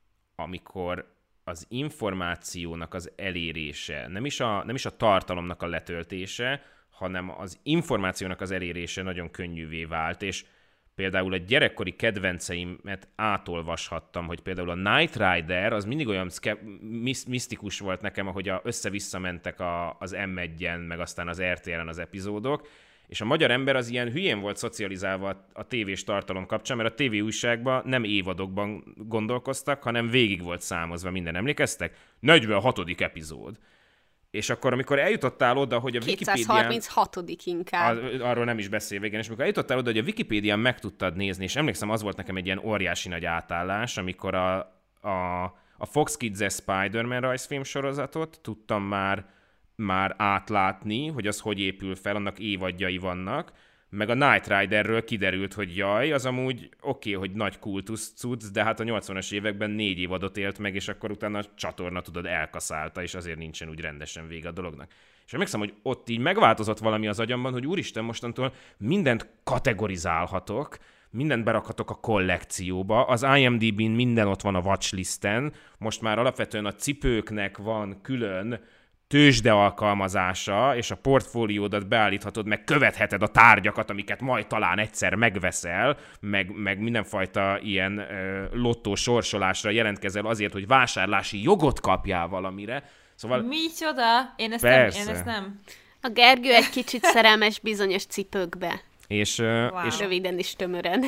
amikor az információnak az elérése, nem is, a, nem is a tartalomnak a letöltése, hanem az információnak az elérése nagyon könnyűvé vált, és például a gyerekkori kedvenceimet átolvashattam, hogy például a Knight Rider, az mindig olyan szke- misztikus volt nekem, ahogy a, össze-vissza mentek a, az em egyen, meg aztán az er té el-en az epizódok, és a magyar ember az ilyen hülyén volt szocializálva a, a tévés tartalom kapcsán, mert a tévé újságban nem évadokban gondolkoztak, hanem végig volt számozva minden, emlékeztek? negyvenhatodik epizód. És akkor, amikor eljutottál oda, hogy a Wikipédián... kétszázharminchatodik inkább. Az, arról nem is beszélve, igen, és amikor eljutottál oda, hogy a Wikipédián meg tudtad nézni, és emlékszem, az volt nekem egy ilyen óriási nagy átállás, amikor a, a, a Fox Kids-es Spider-Man rajzfilm sorozatot tudtam már, már átlátni, hogy az hogy épül fel, annak évadjai vannak, meg a Knight Riderről kiderült, hogy jaj, az amúgy oké, okay, hogy nagy kultusz cucc, de hát a nyolcvanas években négy évadot élt meg, és akkor utána a csatorna, tudod, elkaszálta, és azért nincsen úgy rendesen vége a dolognak. És emlékszem, hogy ott így megváltozott valami az agyamban, hogy úristen, mostantól mindent kategorizálhatok, mindent berakhatok a kollekcióba, az i em dé bén minden ott van a watchlisten, most már alapvetően a cipőknek van külön tőzsde alkalmazása, és a portfóliódat beállíthatod, meg követheted a tárgyakat, amiket majd talán egyszer megveszel, meg, meg mindenfajta ilyen ö, lottó sorsolásra jelentkezel azért, hogy vásárlási jogot kapjál valamire. Szóval... Micsoda? Én ezt, nem, én ezt nem. A Gergő egy kicsit szerelmes bizonyos cipőkbe. És, ö, wow. és... Röviden és tömören.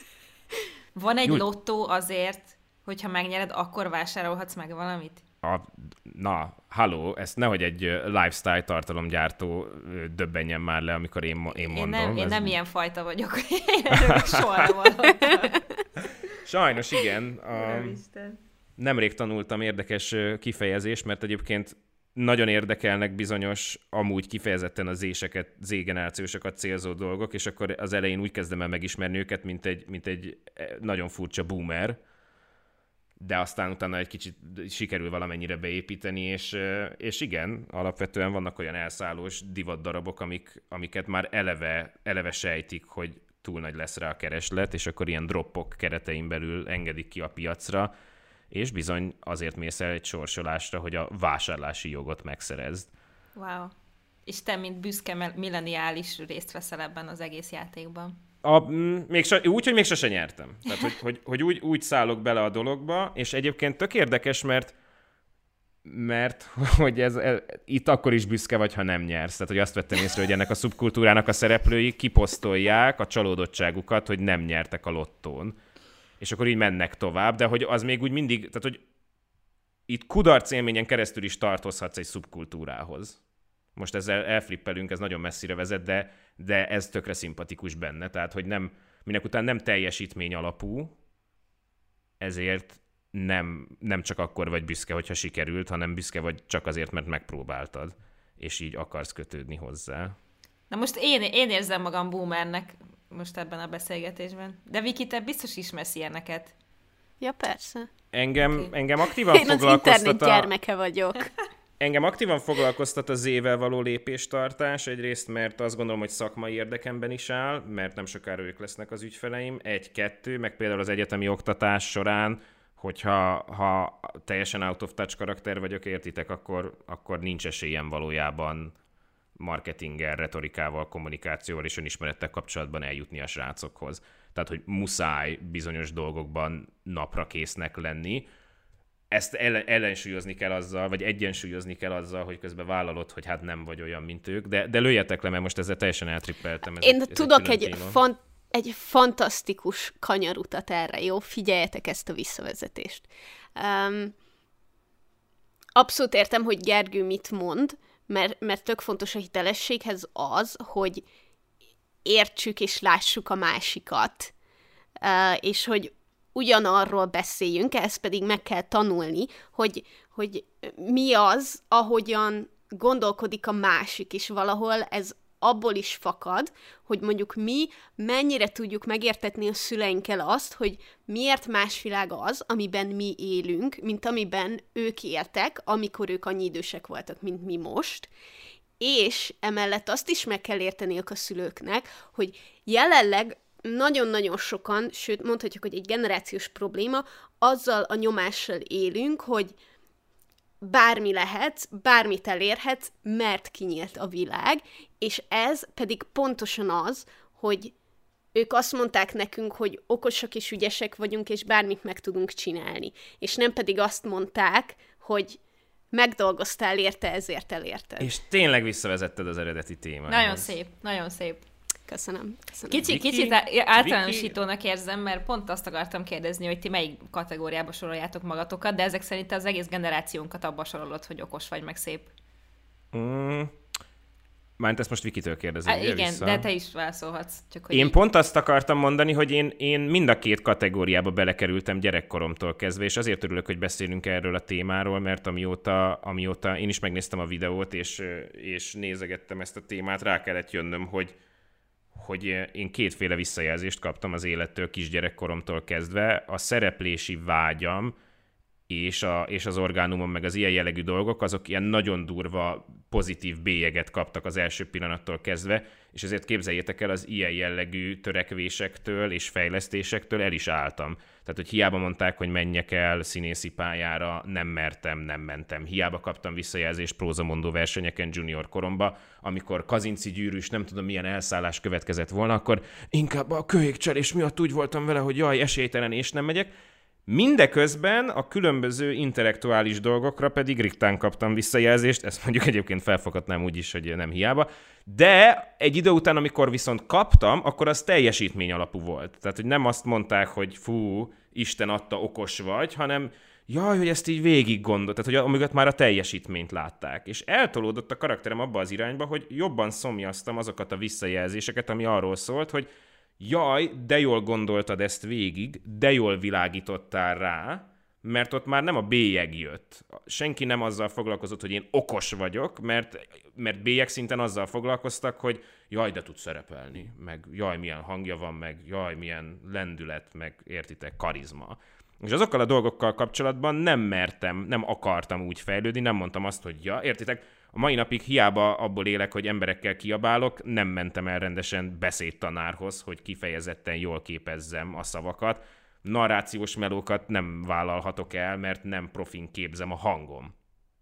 Van egy Jul... lottó azért, hogyha megnyered, akkor vásárolhatsz meg valamit? A, na, halló, ezt nehogy egy lifestyle tartalomgyártó döbbenjen már le, amikor én, én mondom. Én nem, én ez... nem ilyen fajta vagyok, én erről soha nem hallottam. Sajnos igen. A... Nemrég tanultam érdekes kifejezést, mert egyébként nagyon érdekelnek bizonyos, amúgy kifejezetten az zéseket, z-generációsokat célzó dolgok, és akkor az elején úgy kezdem el megismerni őket, mint egy, mint egy nagyon furcsa boomer, de aztán utána egy kicsit sikerül valamennyire beépíteni, és, és igen, alapvetően vannak olyan elszállós divatdarabok, amik, amiket már eleve, eleve sejtik, hogy túl nagy lesz rá a kereslet, és akkor ilyen droppok keretein belül engedik ki a piacra, és bizony azért mész el egy sorsolásra, hogy a vásárlási jogot megszerezd. Wow. És te, mint büszke milleniális részt veszel ebben az egész játékban. A, még so, úgy, hogy még sose nyertem. Tehát, hogy, hogy, hogy úgy, úgy szállok bele a dologba, és egyébként tök érdekes, mert mert hogy ez, ez, itt akkor is büszke vagy, ha nem nyersz. Tehát, hogy azt vettem észre, hogy ennek a szubkultúrának a szereplői kiposztolják a csalódottságukat, hogy nem nyertek a lottón. És akkor így mennek tovább, de hogy az még úgy mindig, tehát, hogy itt kudarc élményen keresztül is tartozhatsz egy szubkultúrához. Most ezzel elflippelünk, ez nagyon messzire vezet, de, de ez tökre szimpatikus benne. Tehát, hogy nem, minek után nem teljesítmény alapú, ezért nem, nem csak akkor vagy büszke, hogyha sikerült, hanem büszke vagy csak azért, mert megpróbáltad, és így akarsz kötődni hozzá. Na most én, én érzem magam boomernek most ebben a beszélgetésben. De Viki, te biztos ismersz ilyeneket. Ja, persze. Engem, Okay. engem aktívan én foglalkoztat az internet gyermeke vagyok. Engem aktívan foglalkoztat a zével való lépéstartás, egyrészt, mert azt gondolom, hogy szakmai érdekemben is áll, mert nem sokára ők lesznek az ügyfeleim. Egy-kettő, meg például az egyetemi oktatás során, hogyha ha teljesen out of touch karakter vagyok, értitek, akkor, akkor nincs esélyem valójában marketinggel, retorikával, kommunikációval és önismerettel kapcsolatban eljutni a srácokhoz. Tehát, hogy muszáj bizonyos dolgokban napra késznek lenni. ezt ellen, ellensúlyozni kell azzal, vagy egyensúlyozni kell azzal, hogy közben vállalod, hogy hát nem vagy olyan, mint ők, de, de lőjetek le, mert most ezzel teljesen eltrippeltem. Ez Én egy, ez tudok egy, egy, fant- egy fantasztikus kanyarutat erre, jó? Figyeljetek ezt a visszavezetést. Um, abszolút értem, hogy Gergő mit mond, mert, mert tök fontos a hitelességhez az, hogy értsük és lássuk a másikat, uh, és hogy ugyanarról beszéljünk, ezt pedig meg kell tanulni, hogy, hogy mi az, ahogyan gondolkodik a másik, és valahol ez abból is fakad, hogy mondjuk mi mennyire tudjuk megértetni a szüleinkkel azt, hogy miért más világ az, amiben mi élünk, mint amiben ők éltek, amikor ők annyi idősek voltak, mint mi most, és emellett azt is meg kell érteniük a szülőknek, hogy jelenleg nagyon-nagyon sokan, sőt mondhatjuk, hogy egy generációs probléma, azzal a nyomással élünk, hogy bármi lehet, bármit elérhetsz, mert kinyílt a világ, és ez pedig pontosan az, hogy ők azt mondták nekünk, hogy okosak és ügyesek vagyunk, és bármit meg tudunk csinálni. És nem pedig azt mondták, hogy megdolgoztál érte, ezért elérted. És tényleg visszavezetted az eredeti témához. Nagyon szép, nagyon szép. Köszönöm. Köszönöm. Kicsi, Viki? kicsit általánosítónak érzem, mert pont azt akartam kérdezni, hogy ti melyik kategóriába soroljátok magatokat, de ezek szerint az egész generációnkat abba sorolod, hogy okos vagy, meg szép. Mm. Mármint ezt most Vikitől kérdezem. Á, igen, vissza. de te is válaszolhatsz. Csak hogy Én így... pont azt akartam mondani, hogy én, én mind a két kategóriába belekerültem gyerekkoromtól kezdve, és azért örülök, hogy beszélünk erről a témáról, mert amióta, amióta én is megnéztem a videót, és, és nézegettem ezt a témát, rá kellett jönnöm, hogy hogy én kétféle visszajelzést kaptam az élettől kisgyerekkoromtól kezdve. A szereplési vágyam és, a, és az orgánumom, meg az ilyen jellegű dolgok, azok ilyen nagyon durva, pozitív bélyeget kaptak az első pillanattól kezdve, és ezért képzeljétek el, az ilyen jellegű törekvésektől és fejlesztésektől el is álltam. Tehát, hogy hiába mondták, hogy menjek el színészi pályára, nem mertem, nem mentem. Hiába kaptam visszajelzést prózamondó versenyeken junior koromba, amikor Kazinczy gyűrűs, nem tudom milyen elszállás következett volna, akkor inkább a kölyökcselés miatt úgy voltam vele, hogy jaj, esélytelen, és nem megyek. Mindeközben a különböző intellektuális dolgokra pedig riktán kaptam visszajelzést, ezt mondjuk egyébként felfoghatnám úgy is, hogy nem hiába, de egy idő után, amikor viszont kaptam, akkor az teljesítmény alapú volt. Tehát, hogy nem azt mondták, hogy fú, Isten adta, okos vagy, hanem jaj, hogy ezt így végig gondolt, tehát, hogy amögött már a teljesítményt látták. És eltolódott a karakterem abba az irányba, hogy jobban szomjaztam azokat a visszajelzéseket, ami arról szólt, hogy jaj, de jól gondoltad ezt végig, de jól világítottál rá, mert ott már nem a bélyeg jött. Senki nem azzal foglalkozott, hogy én okos vagyok, mert, mert bélyeg szinten azzal foglalkoztak, hogy jaj, de tud szerepelni, meg jaj, milyen hangja van, meg jaj, milyen lendület, meg értitek, karizma. És azokkal a dolgokkal kapcsolatban nem mertem, nem akartam úgy fejlődni, nem mondtam azt, hogy ja, értitek, a mai napig hiába abból élek, hogy emberekkel kiabálok, nem mentem el rendesen beszédtanárhoz, hogy kifejezetten jól képezzem a szavakat. Narrációs melókat nem vállalhatok el, mert nem profin képzem a hangom.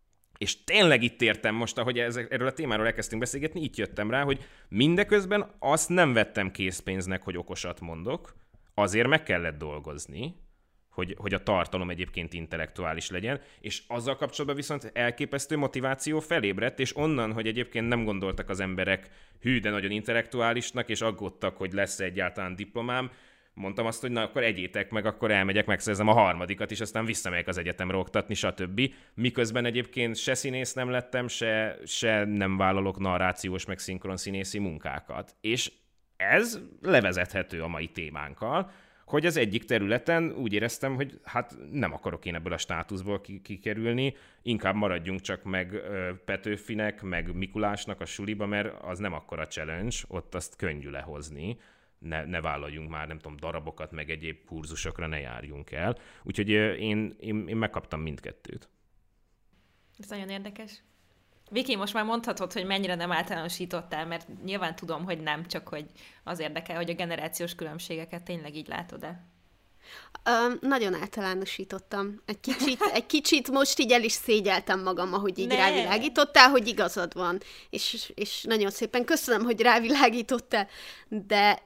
És tényleg itt értem most, ahogy erről a témáról elkezdtünk beszélgetni, itt jöttem rá, hogy mindeközben azt nem vettem készpénznek, hogy okosat mondok, azért meg kellett dolgozni, hogy, hogy a tartalom egyébként intellektuális legyen, és azzal kapcsolatban viszont elképesztő motiváció felébredt, és onnan, hogy egyébként nem gondoltak az emberek hű, de nagyon intellektuálisnak, és aggódtak, hogy lesz egyáltalán diplomám, mondtam azt, hogy na, akkor egyétek meg, akkor elmegyek, megszerzem a harmadikat, és aztán visszamegyek az egyetemre oktatni, stb. Miközben egyébként se színész nem lettem, se, se nem vállalok narrációs, meg szinkron színészi munkákat. És ez levezethető a mai témánkkal, hogy az egyik területen úgy éreztem, hogy hát nem akarok én ebből a státuszból kikerülni, inkább maradjunk csak meg Petőfinek, meg Mikulásnak a suliba, mert az nem akkora challenge, ott azt könnyű lehozni. Ne, ne vállaljunk már, nem tudom, darabokat, meg egyéb kurzusokra ne járjunk el. Úgyhogy én, én, én megkaptam mindkettőt. Ez nagyon érdekes. Viki, most már mondhatod, hogy mennyire nem általánosítottál, mert nyilván tudom, hogy nem, csak hogy az érdekel, hogy a generációs különbségeket tényleg így látod-e? Um, nagyon általánosítottam. Egy kicsit, egy kicsit most így el is szégyeltem magam, ahogy így ne. rávilágítottál, hogy igazad van. És, és nagyon szépen köszönöm, hogy rávilágítottál, de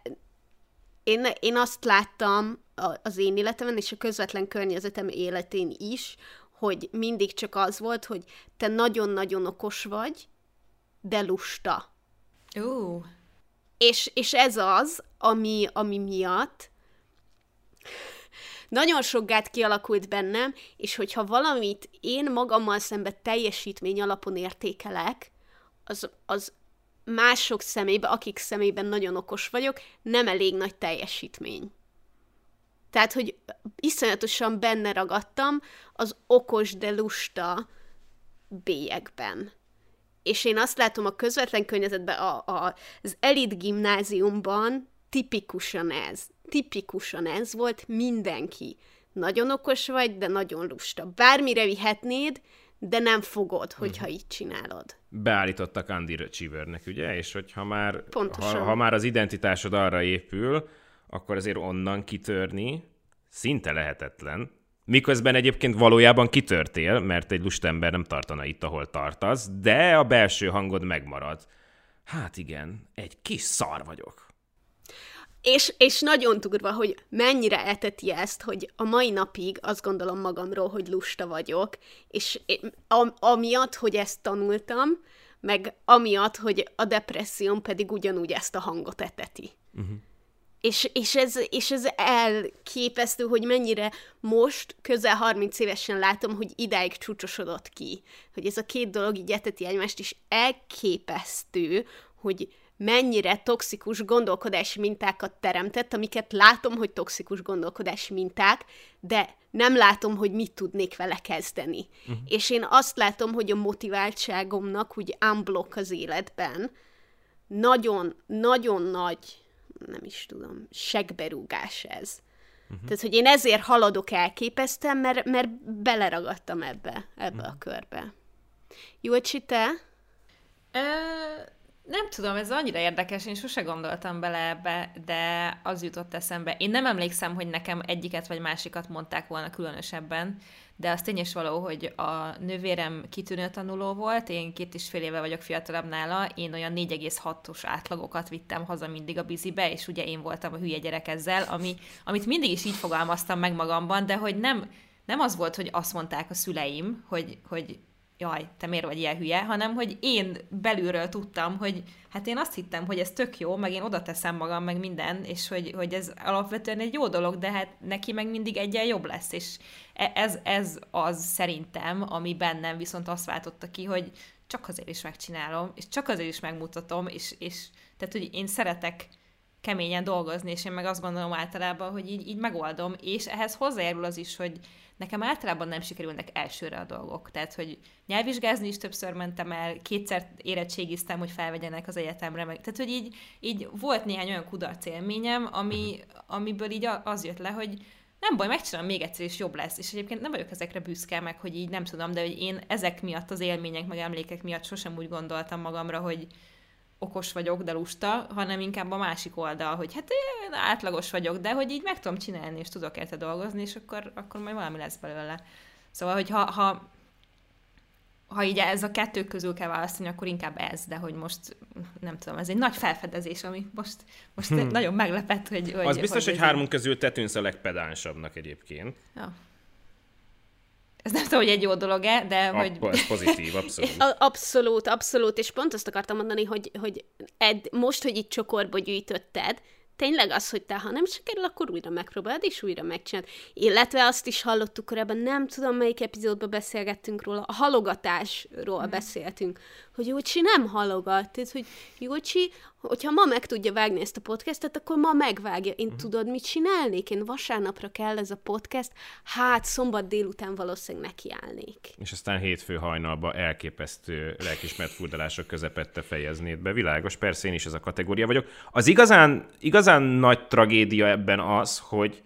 én, én azt láttam az én életemben, és a közvetlen környezetem életén is, hogy mindig csak az volt, hogy te nagyon-nagyon okos vagy, de lusta. Uh. És, és ez az, ami, ami miatt nagyon sok gát kialakult bennem, és hogyha valamit én magammal szemben teljesítmény alapon értékelek, az, az mások szemében, akik szemében nagyon okos vagyok, nem elég nagy teljesítmény. Tehát, hogy iszonyatosan benne ragadtam az okos, de lusta bélyegben. És én azt látom a közvetlen környezetben, a, a, az elit gimnáziumban tipikusan ez. Tipikusan ez volt mindenki. Nagyon okos vagy, de nagyon lusta. Bármire vihetnéd, de nem fogod, hogyha hmm. így csinálod. Beállítottak underachievernek, ugye? És hogyha már, ha, ha már az identitásod arra épül, akkor azért onnan kitörni szinte lehetetlen. Miközben egyébként valójában kitörtél, mert egy lustember nem tartana itt, ahol tartasz, de a belső hangod megmarad. Hát igen, egy kis szar vagyok. És, és nagyon durva, hogy mennyire eteti ezt, hogy a mai napig azt gondolom magamról, hogy lusta vagyok, és am, amiatt, hogy ezt tanultam, meg amiatt, hogy a depresszióm pedig ugyanúgy ezt a hangot eteti. Uh-huh. És, és, ez, és ez elképesztő, hogy mennyire most, közel harminc évesen látom, hogy idáig csúcsosodott ki. Hogy ez a két dolog így eteti egymást, és elképesztő, hogy mennyire toxikus gondolkodási mintákat teremtett, amiket látom, hogy toxikus gondolkodási minták, de nem látom, hogy mit tudnék vele kezdeni. Uh-huh. És én azt látom, hogy a motiváltságomnak úgy unblock az életben nagyon, nagyon nagy, nem is tudom, segberúgás ez. Uh-huh. Tehát, hogy én ezért haladok elképesztően, mert, mert beleragadtam ebbe, ebbe uh-huh. a körbe. Júlcsi, te? Ö- Nem tudom, ez annyira érdekes, én sose gondoltam bele ebbe, de az jutott eszembe. Én nem emlékszem, hogy nekem egyiket vagy másikat mondták volna különösebben, de az tény és való, hogy a nővérem kitűnő tanuló volt, én két és fél éve vagyok fiatalabb nála, én olyan négy egész hatos átlagokat vittem haza mindig a bizibe, és ugye én voltam a hülye gyerek ezzel, ami, amit mindig is így fogalmaztam meg magamban, de hogy nem, nem az volt, hogy azt mondták a szüleim, hogy, hogy jaj, te miért vagy ilyen hülye, hanem hogy én belülről tudtam, hogy hát én azt hittem, hogy ez tök jó, meg én oda teszem magam, meg minden, és hogy, hogy ez alapvetően egy jó dolog, de hát neki meg mindig egyen jobb lesz, és ez, ez az szerintem, ami bennem viszont azt váltotta ki, hogy csak azért is megcsinálom, és csak azért is megmutatom, és, és tehát, hogy én szeretek keményen dolgozni, és én meg azt gondolom általában, hogy így, így megoldom, és ehhez hozzájárul az is, hogy nekem általában nem sikerülnek elsőre a dolgok. Tehát, hogy nyelvvizsgázni is többször mentem el, kétszer érettségiztem, hogy felvegyenek az egyetemre. Meg. Tehát, hogy így, így volt néhány olyan kudarc élményem, ami, amiből így az jött le, hogy nem baj, megcsinálom még egyszer, és jobb lesz. És egyébként nem vagyok ezekre büszke, meg hogy így nem tudom, de hogy én ezek miatt, az élmények, meg emlékek miatt sosem úgy gondoltam magamra, hogy okos vagyok, de lusta, hanem inkább a másik oldal, hogy hát én átlagos vagyok, de hogy így meg tudom csinálni, és tudok érte dolgozni, és akkor, akkor majd valami lesz belőle. Szóval, hogy ha, ha, ha így ez a kettő közül kell választani, akkor inkább ez, de hogy most nem tudom, ez egy nagy felfedezés, ami most, most hmm. nagyon meglepett, hogy... hogy az biztos, hogy, hogy hármunk közül te tűnsz a legpedánsabbnak egyébként. Ja. Ez nem tudom, hogy egy jó dolog-e, de a, hogy... Ez pozitív, abszolút. Abszolút, abszolút, és pont azt akartam mondani, hogy, hogy ed, most, hogy itt csokorba gyűjtötted, tényleg az, hogy te, ha nem sikerül, akkor újra megpróbálod, és újra megcsinálod. Illetve azt is hallottuk korábban, nem tudom, melyik epizódban beszélgettünk róla, a halogatásról hmm. beszéltünk, hogy Júlcsi nem halogat, tehát, hogy Júlcsi, hogyha ma meg tudja vágni ezt a podcastet, akkor ma megvágja. Én hmm. tudod, mit csinálnék? Én vasárnapra kell ez a podcast, hát szombat délután valószínűleg nekiállnék. És aztán hétfő hajnalban elképesztő lelkismert furdalások közepette fejeznéd be. Világos, persze én is ez a kategória vagyok. Az igazán, igazán nagy tragédia ebben az, hogy,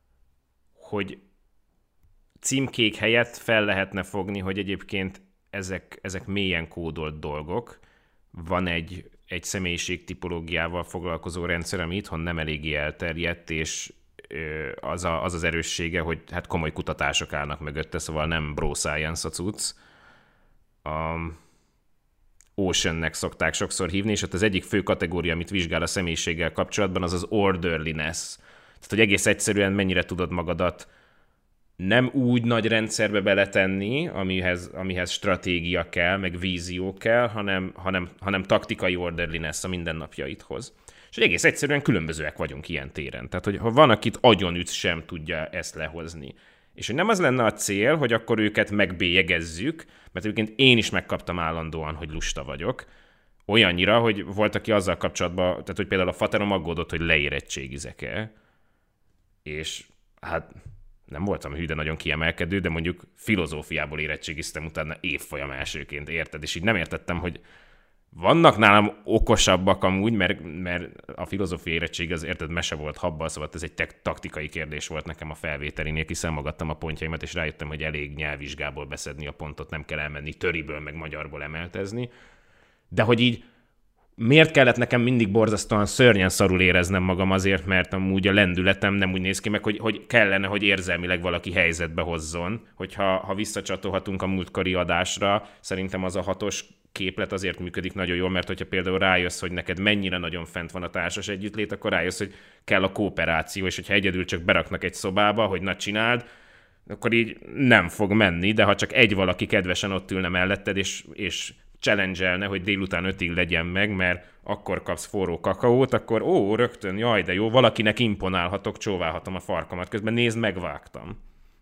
hogy címkék helyett fel lehetne fogni, hogy egyébként ezek, ezek mélyen kódolt dolgok. Van egy, egy személyiségtipológiával foglalkozó rendszer, ami itthon nem eléggé elterjedt, és az, a, az az erőssége, hogy hát komoly kutatások állnak mögötte, szóval nem bro science a cucc. A Oceannek szokták sokszor hívni, és ott az egyik fő kategória, amit vizsgál a személyiséggel kapcsolatban, az az orderliness. Tehát, hogy egész egyszerűen mennyire tudod magadat nem úgy nagy rendszerbe beletenni, amihez, amihez stratégia kell, meg vízió kell, hanem, hanem, hanem taktikai orderliness a mindennapjaidhoz. És egész egyszerűen különbözőek vagyunk ilyen téren. Tehát, hogy ha van, akit agyonüt, sem tudja ezt lehozni. És hogy nem az lenne a cél, hogy akkor őket megbélyegezzük, mert egyébként én is megkaptam állandóan, hogy lusta vagyok. Olyannyira, hogy volt, aki azzal kapcsolatban, tehát hogy például a faterom aggódott, hogy leérettségizek-e. És hát nem voltam hű, de nagyon kiemelkedő, de mondjuk filozófiából érettségiztem utána évfolyam elsőként, érted? És így nem értettem, hogy vannak nálam okosabbak amúgy, mert, mert a filozófia érettség az, érted, mese volt habbal, szóval ez egy tek- taktikai kérdés volt nekem a felvételinél, kiszámogattam a pontjaimat, és rájöttem, hogy elég nyelvvizsgából beszedni a pontot, nem kell elmenni töriből, meg magyarból emeltezni. De hogy így miért kellett nekem mindig borzasztóan szörnyen szarul éreznem magam azért, mert amúgy a lendületem nem úgy néz ki meg, hogy, hogy kellene, hogy érzelmileg valaki helyzetbe hozzon. Hogyha ha visszacsatolhatunk a múltkori adásra, szerintem az a hatos képlet azért működik nagyon jól, mert hogyha például rájössz, hogy neked mennyire nagyon fent van a társas együttlét, akkor rájössz, hogy kell a kooperáció, és hogyha egyedül csak beraknak egy szobába, hogy na csináld, akkor így nem fog menni, de ha csak egy valaki kedvesen ott ülne melletted, és, és challenge-elne, hogy délután ötig legyen meg, mert akkor kapsz forró kakaót, akkor ó, rögtön, jaj, de jó, valakinek imponálhatok, csóválhatom a farkamat, közben nézd, megvágtam.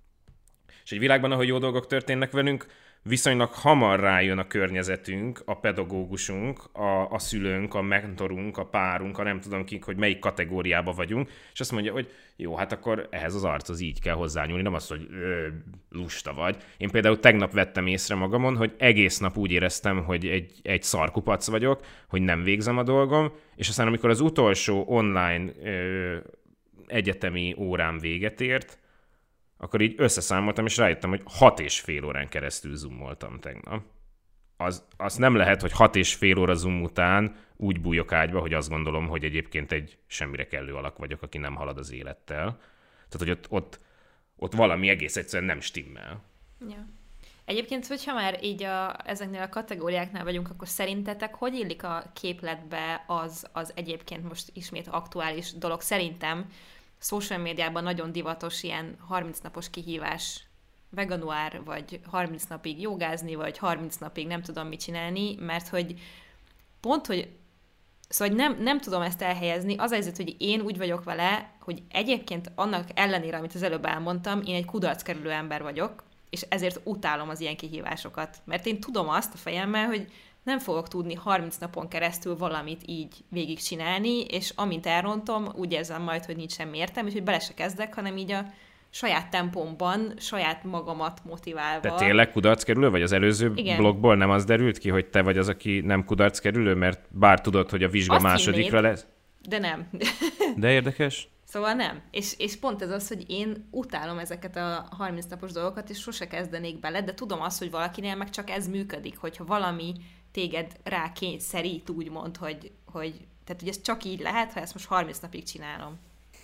És egy világban, ahogy jó dolgok történnek velünk, viszonylag hamar rájön a környezetünk, a pedagógusunk, a, a szülőnk, a mentorunk, a párunk, a nem tudom kik, hogy melyik kategóriába vagyunk, és azt mondja, hogy jó, hát akkor ehhez az archoz így kell hozzányúlni, nem az, hogy ö, lusta vagy. Én például tegnap vettem észre magamon, hogy egész nap úgy éreztem, hogy egy, egy szarkupac vagyok, hogy nem végzem a dolgom, és aztán amikor az utolsó online ö, egyetemi órám véget ért, akkor így összeszámoltam, és rájöttem, hogy hat és fél órán keresztül zoomoltam tegnap. Az, az nem lehet, hogy hat és fél óra zoom után úgy bújok ágyba, hogy azt gondolom, hogy egyébként egy semmire kellő alak vagyok, aki nem halad az élettel. Tehát, hogy ott, ott, ott valami egész egyszerűen nem stimmel. Ja. Egyébként, hogyha már így a, ezeknél a kategóriáknál vagyunk, akkor szerintetek hogy illik a képletbe az, az egyébként most ismét aktuális dolog? Szerintem social médiában nagyon divatos ilyen harminc napos kihívás veganuár, vagy harminc napig jogázni, vagy harminc napig nem tudom mit csinálni, mert hogy pont, hogy szóval nem, nem tudom ezt elhelyezni, az a helyzet, hogy én úgy vagyok vele, hogy egyébként annak ellenére, amit az előbb elmondtam, én egy kudarckerülő ember vagyok, és ezért utálom az ilyen kihívásokat. Mert én tudom azt a fejemmel, hogy nem fogok tudni harminc napon keresztül valamit így végigcsinálni, és amint elrontom, úgy érzem majd, hogy nincs semmi értelme, és hogy bele se kezdek, hanem így a saját tempomban, saját magamat motiválva. Te tényleg kudarckerülő, vagy az előző Igen. blogból nem az derült ki, hogy te vagy az, aki nem kudarckerülő, mert bár tudod, hogy a vizsga Azt másodikra hinnéd, lesz? De nem. De érdekes. Szóval nem. És, és pont ez az, hogy én utálom ezeket a harminc napos dolgokat, és sose kezdenék bele, de tudom azt, hogy valakinél meg csak ez működik, hogyha valami téged rá kényszerít, úgymond, hogy, hogy, tehát, hogy ez csak így lehet, ha ezt most harminc napig csinálom.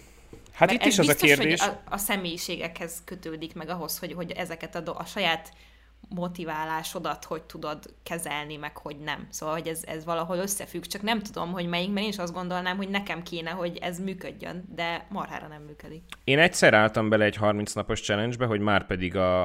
Hát Mert itt is az biztos, a kérdés. Hogy a, a személyiségekhez kötődik meg ahhoz, hogy, hogy ezeket a, do- a saját motiválásodat hogy tudod kezelni, meg hogy nem. Szóval, hogy ez, ez valahol összefügg, csak nem tudom, hogy melyik, mert én is azt gondolnám, hogy nekem kéne, hogy ez működjön, de marhára nem működik. Én egyszer álltam bele egy harminc napos challenge-be, hogy már pedig a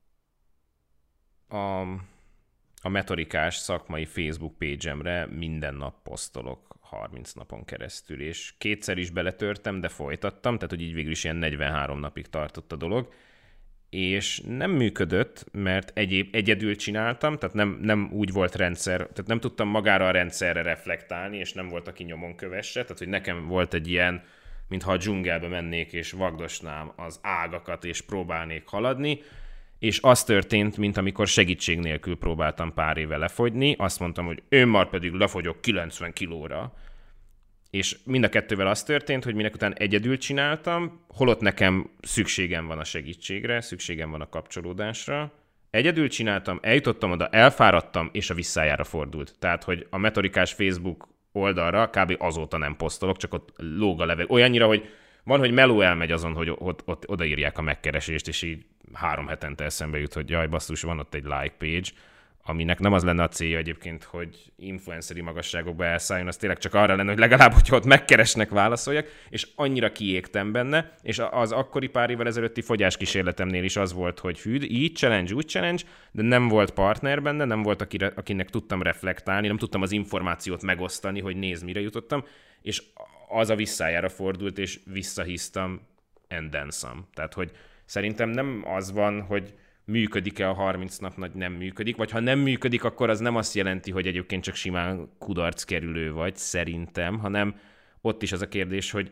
a, a metodikás szakmai Facebook page-emre minden nap posztolok harminc napon keresztül, és kétszer is beletörtem, de folytattam, tehát hogy így végül is ilyen negyvenhárom napig tartott a dolog, és nem működött, mert egyéb, egyedül csináltam, tehát nem, nem úgy volt rendszer, tehát nem tudtam magára a rendszerre reflektálni, és nem volt, aki nyomon kövesse, tehát hogy nekem volt egy ilyen, mintha a dzsungelbe mennék, és vagdosnám az ágakat, és próbálnék haladni, és az történt, mint amikor segítség nélkül próbáltam pár éve lefogyni, azt mondtam, hogy én már pedig lefogyok kilencven kilóra, és mind a kettővel az történt, hogy minek után egyedül csináltam, holott nekem szükségem van a segítségre, szükségem van a kapcsolódásra. Egyedül csináltam, eljutottam oda, elfáradtam, és a visszájára fordult. Tehát, hogy a metodikás Facebook oldalra kb. Azóta nem posztolok, csak ott lóg a levegő. Olyannyira, hogy van, hogy meló elmegy azon, hogy ott, ott odaírják a megkeresést, és így három hetente eszembe jut, hogy jaj, basszus, van ott egy like page, aminek nem az lenne a célja egyébként, hogy influenceri magasságokba elszálljon, az tényleg csak arra lenne, hogy legalább, hogyha ott megkeresnek, válaszoljak, és annyira kiégtem benne, és az akkori pár évvel ezelőtti fogyáskísérletemnél is az volt, hogy hű, így challenge, úgy challenge, de nem volt partner benne, nem volt, akire, akinek tudtam reflektálni, nem tudtam az információt megosztani, hogy nézd, mire jutottam, és az a visszájára fordult, és visszahíztam and then some. Tehát, hogy szerintem nem az van, hogy működik-e a harminc nap, nagy nem működik, vagy ha nem működik, akkor az nem azt jelenti, hogy egyébként csak simán kudarc kerülő vagy, szerintem, hanem ott is az a kérdés, hogy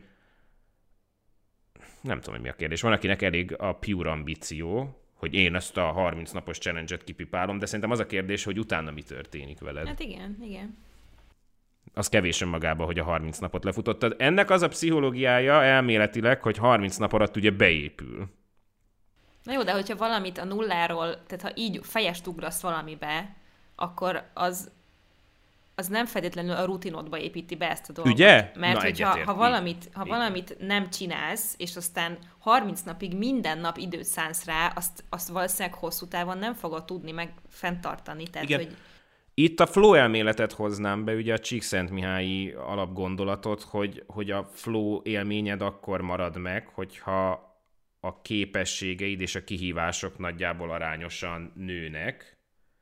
nem tudom, hogy mi a kérdés. Van, akinek elég a pure ambíció, hogy én ezt a harminc napos challenge-et kipipálom, de szerintem az a kérdés, hogy utána mi történik veled. Hát igen, igen. Az kevés önmagában, hogy a harminc napot lefutottad. Ennek az a pszichológiája elméletileg, hogy harminc nap alatt ugye beépül. Na jó, de hogyha valamit a nulláról, tehát ha így fejest ugrasz valamibe, akkor az, az nem feltétlenül a rutinodba építi be ezt a dolgot. Ugye? Mert Na, hogyha ha valamit, ha Igen. valamit nem csinálsz, és aztán harminc napig minden nap időt szánsz rá, azt, azt valószínűleg hosszú távon nem fogod tudni meg fenntartani. Tehát, Igen. hogy... Itt a flow elméletet hoznám be, ugye a Csíkszentmihályi alapgondolatot, hogy, hogy a flow élményed akkor marad meg, hogyha a képességeid és a kihívások nagyjából arányosan nőnek,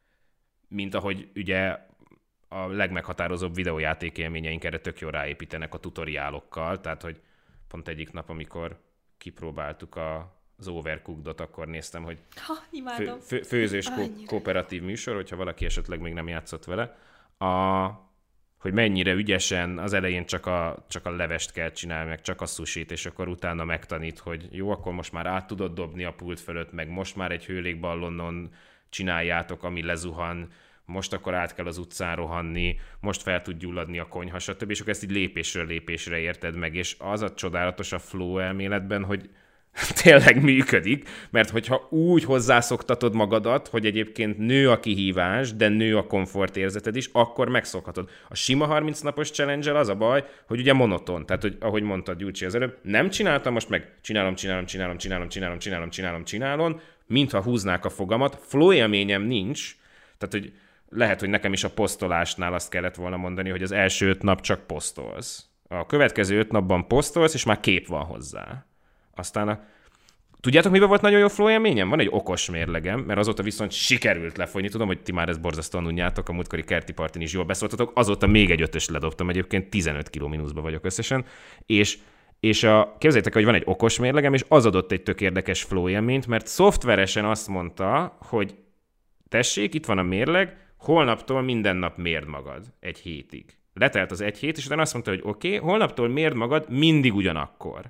mint ahogy ugye a legmeghatározóbb videójáték élményeink erre tök jól ráépítenek a tutoriálokkal, tehát hogy pont egyik nap, amikor kipróbáltuk a, az Overcookedot, akkor néztem, hogy Ha, imádom. fő, fő, főzős ko- kooperatív műsor, hogyha valaki esetleg még nem játszott vele, a, hogy mennyire ügyesen az elején csak a, csak a levest kell csinálni, meg csak a sushit, és akkor utána megtanít, hogy jó, akkor most már át tudod dobni a pult fölött, meg most már egy hőlékballonon csináljátok, ami lezuhan, most akkor át kell az utcán rohanni, most fel tud gyulladni a konyha, stb. És akkor ezt így lépésről lépésre érted meg, és az a csodálatos a flow elméletben, hogy tényleg működik, mert hogyha úgy hozzászoktatod magadat, hogy egyébként nő a kihívás, de nő a komfortérzeted is, akkor megszokhatod. A sima harminc napos challenge-el az a baj, hogy ugye monoton. Tehát, hogy ahogy mondtad, Gyurcsi, az előbb, nem csináltam, most meg csinálom, csinálom, csinálom, csinálom, csinálom, csinálom, csinálom, csinálom, mintha húznák a fogamat. Flow élményem nincs, tehát, hogy lehet, hogy nekem is a posztolásnál azt kellett volna mondani, hogy az első öt nap csak posztolsz. A következő öt napban posztolsz, és már kép van hozzá. Aztán a... Tudjátok, miben volt nagyon jó flow élményem? Van egy okos mérlegem, mert azóta viszont sikerült lefolyni. Tudom, hogy ti már ezt borzasztóan unjátok, a múltkori kerti partin is jól beszóltatok. Azóta még egy ötös ledobtam, egyébként tizenöt kiló mínuszba vagyok összesen. És, és a... képzeljétek, hogy van egy okos mérlegem, és az adott egy tök érdekes flow élményt, mert szoftveresen azt mondta, hogy tessék, itt van a mérleg, holnaptól minden nap mérd magad egy hétig. Letelt az egy hét, és utána azt mondta, hogy oké, okay, holnaptól mérd magad mindig ugyanakkor.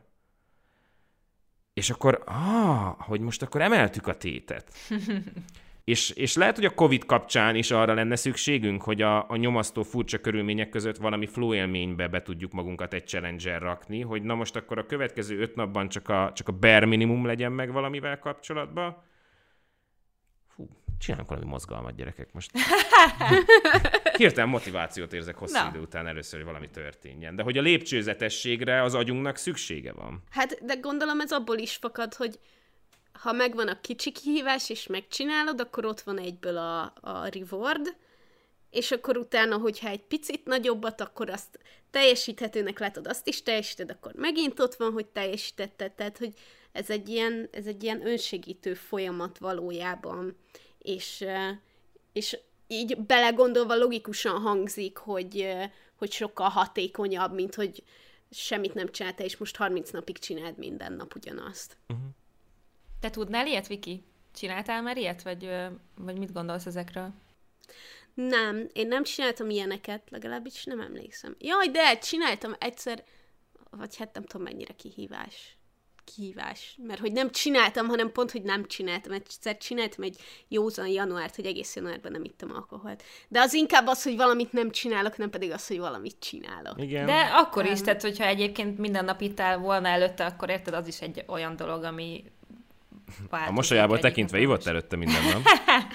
És akkor, ah, hogy most akkor emeltük a tétet. és, és lehet, hogy a Covid kapcsán is arra lenne szükségünk, hogy a, a nyomasztó furcsa körülmények között valami flow élménybe be tudjuk magunkat egy challenge-el rakni, hogy na most akkor a következő öt napban csak a, csak a bare minimum legyen meg valamivel kapcsolatban. Fú, csináljunk valami mozgalmat, gyerekek, most. Hirtelen motivációt érzek hosszú Na. idő után először, hogy valami történjen. De hogy a lépcsőzetességre az agyunknak szüksége van. Hát, de gondolom ez abból is fakad, hogy ha megvan a kicsi kihívás, és megcsinálod, akkor ott van egyből a, a reward, és akkor utána, hogyha egy picit nagyobbat, akkor azt teljesíthetőnek látod, azt is teljesíted, akkor megint ott van, hogy teljesítetted. Tehát, hogy ez egy ilyen, ez egy ilyen önsegítő folyamat valójában. És, és így belegondolva logikusan hangzik, hogy, hogy sokkal hatékonyabb, mint hogy semmit nem csináltál, és most harminc napig csináld minden nap ugyanazt. Uh-huh. Te tudnál ilyet, Viki? Csináltál már ilyet, vagy, vagy mit gondolsz ezekről? Nem, én nem csináltam ilyeneket, legalábbis nem emlékszem. Jaj, de csináltam egyszer, vagy hát nem tudom mennyire kihívás. Kihívás. Mert hogy nem csináltam, hanem pont, hogy nem csináltam. Egyszer csináltam egy józan januárt, hogy egész januárban nem ittam alkoholt. De az inkább az, hogy valamit nem csinálok, nem pedig az, hogy valamit csinálok. Igen. De akkor is, tehát hogyha egyébként minden nap ittál volna előtte, akkor érted, az is egy olyan dolog, ami a mosolyából tekintve ivott előtte minden nap.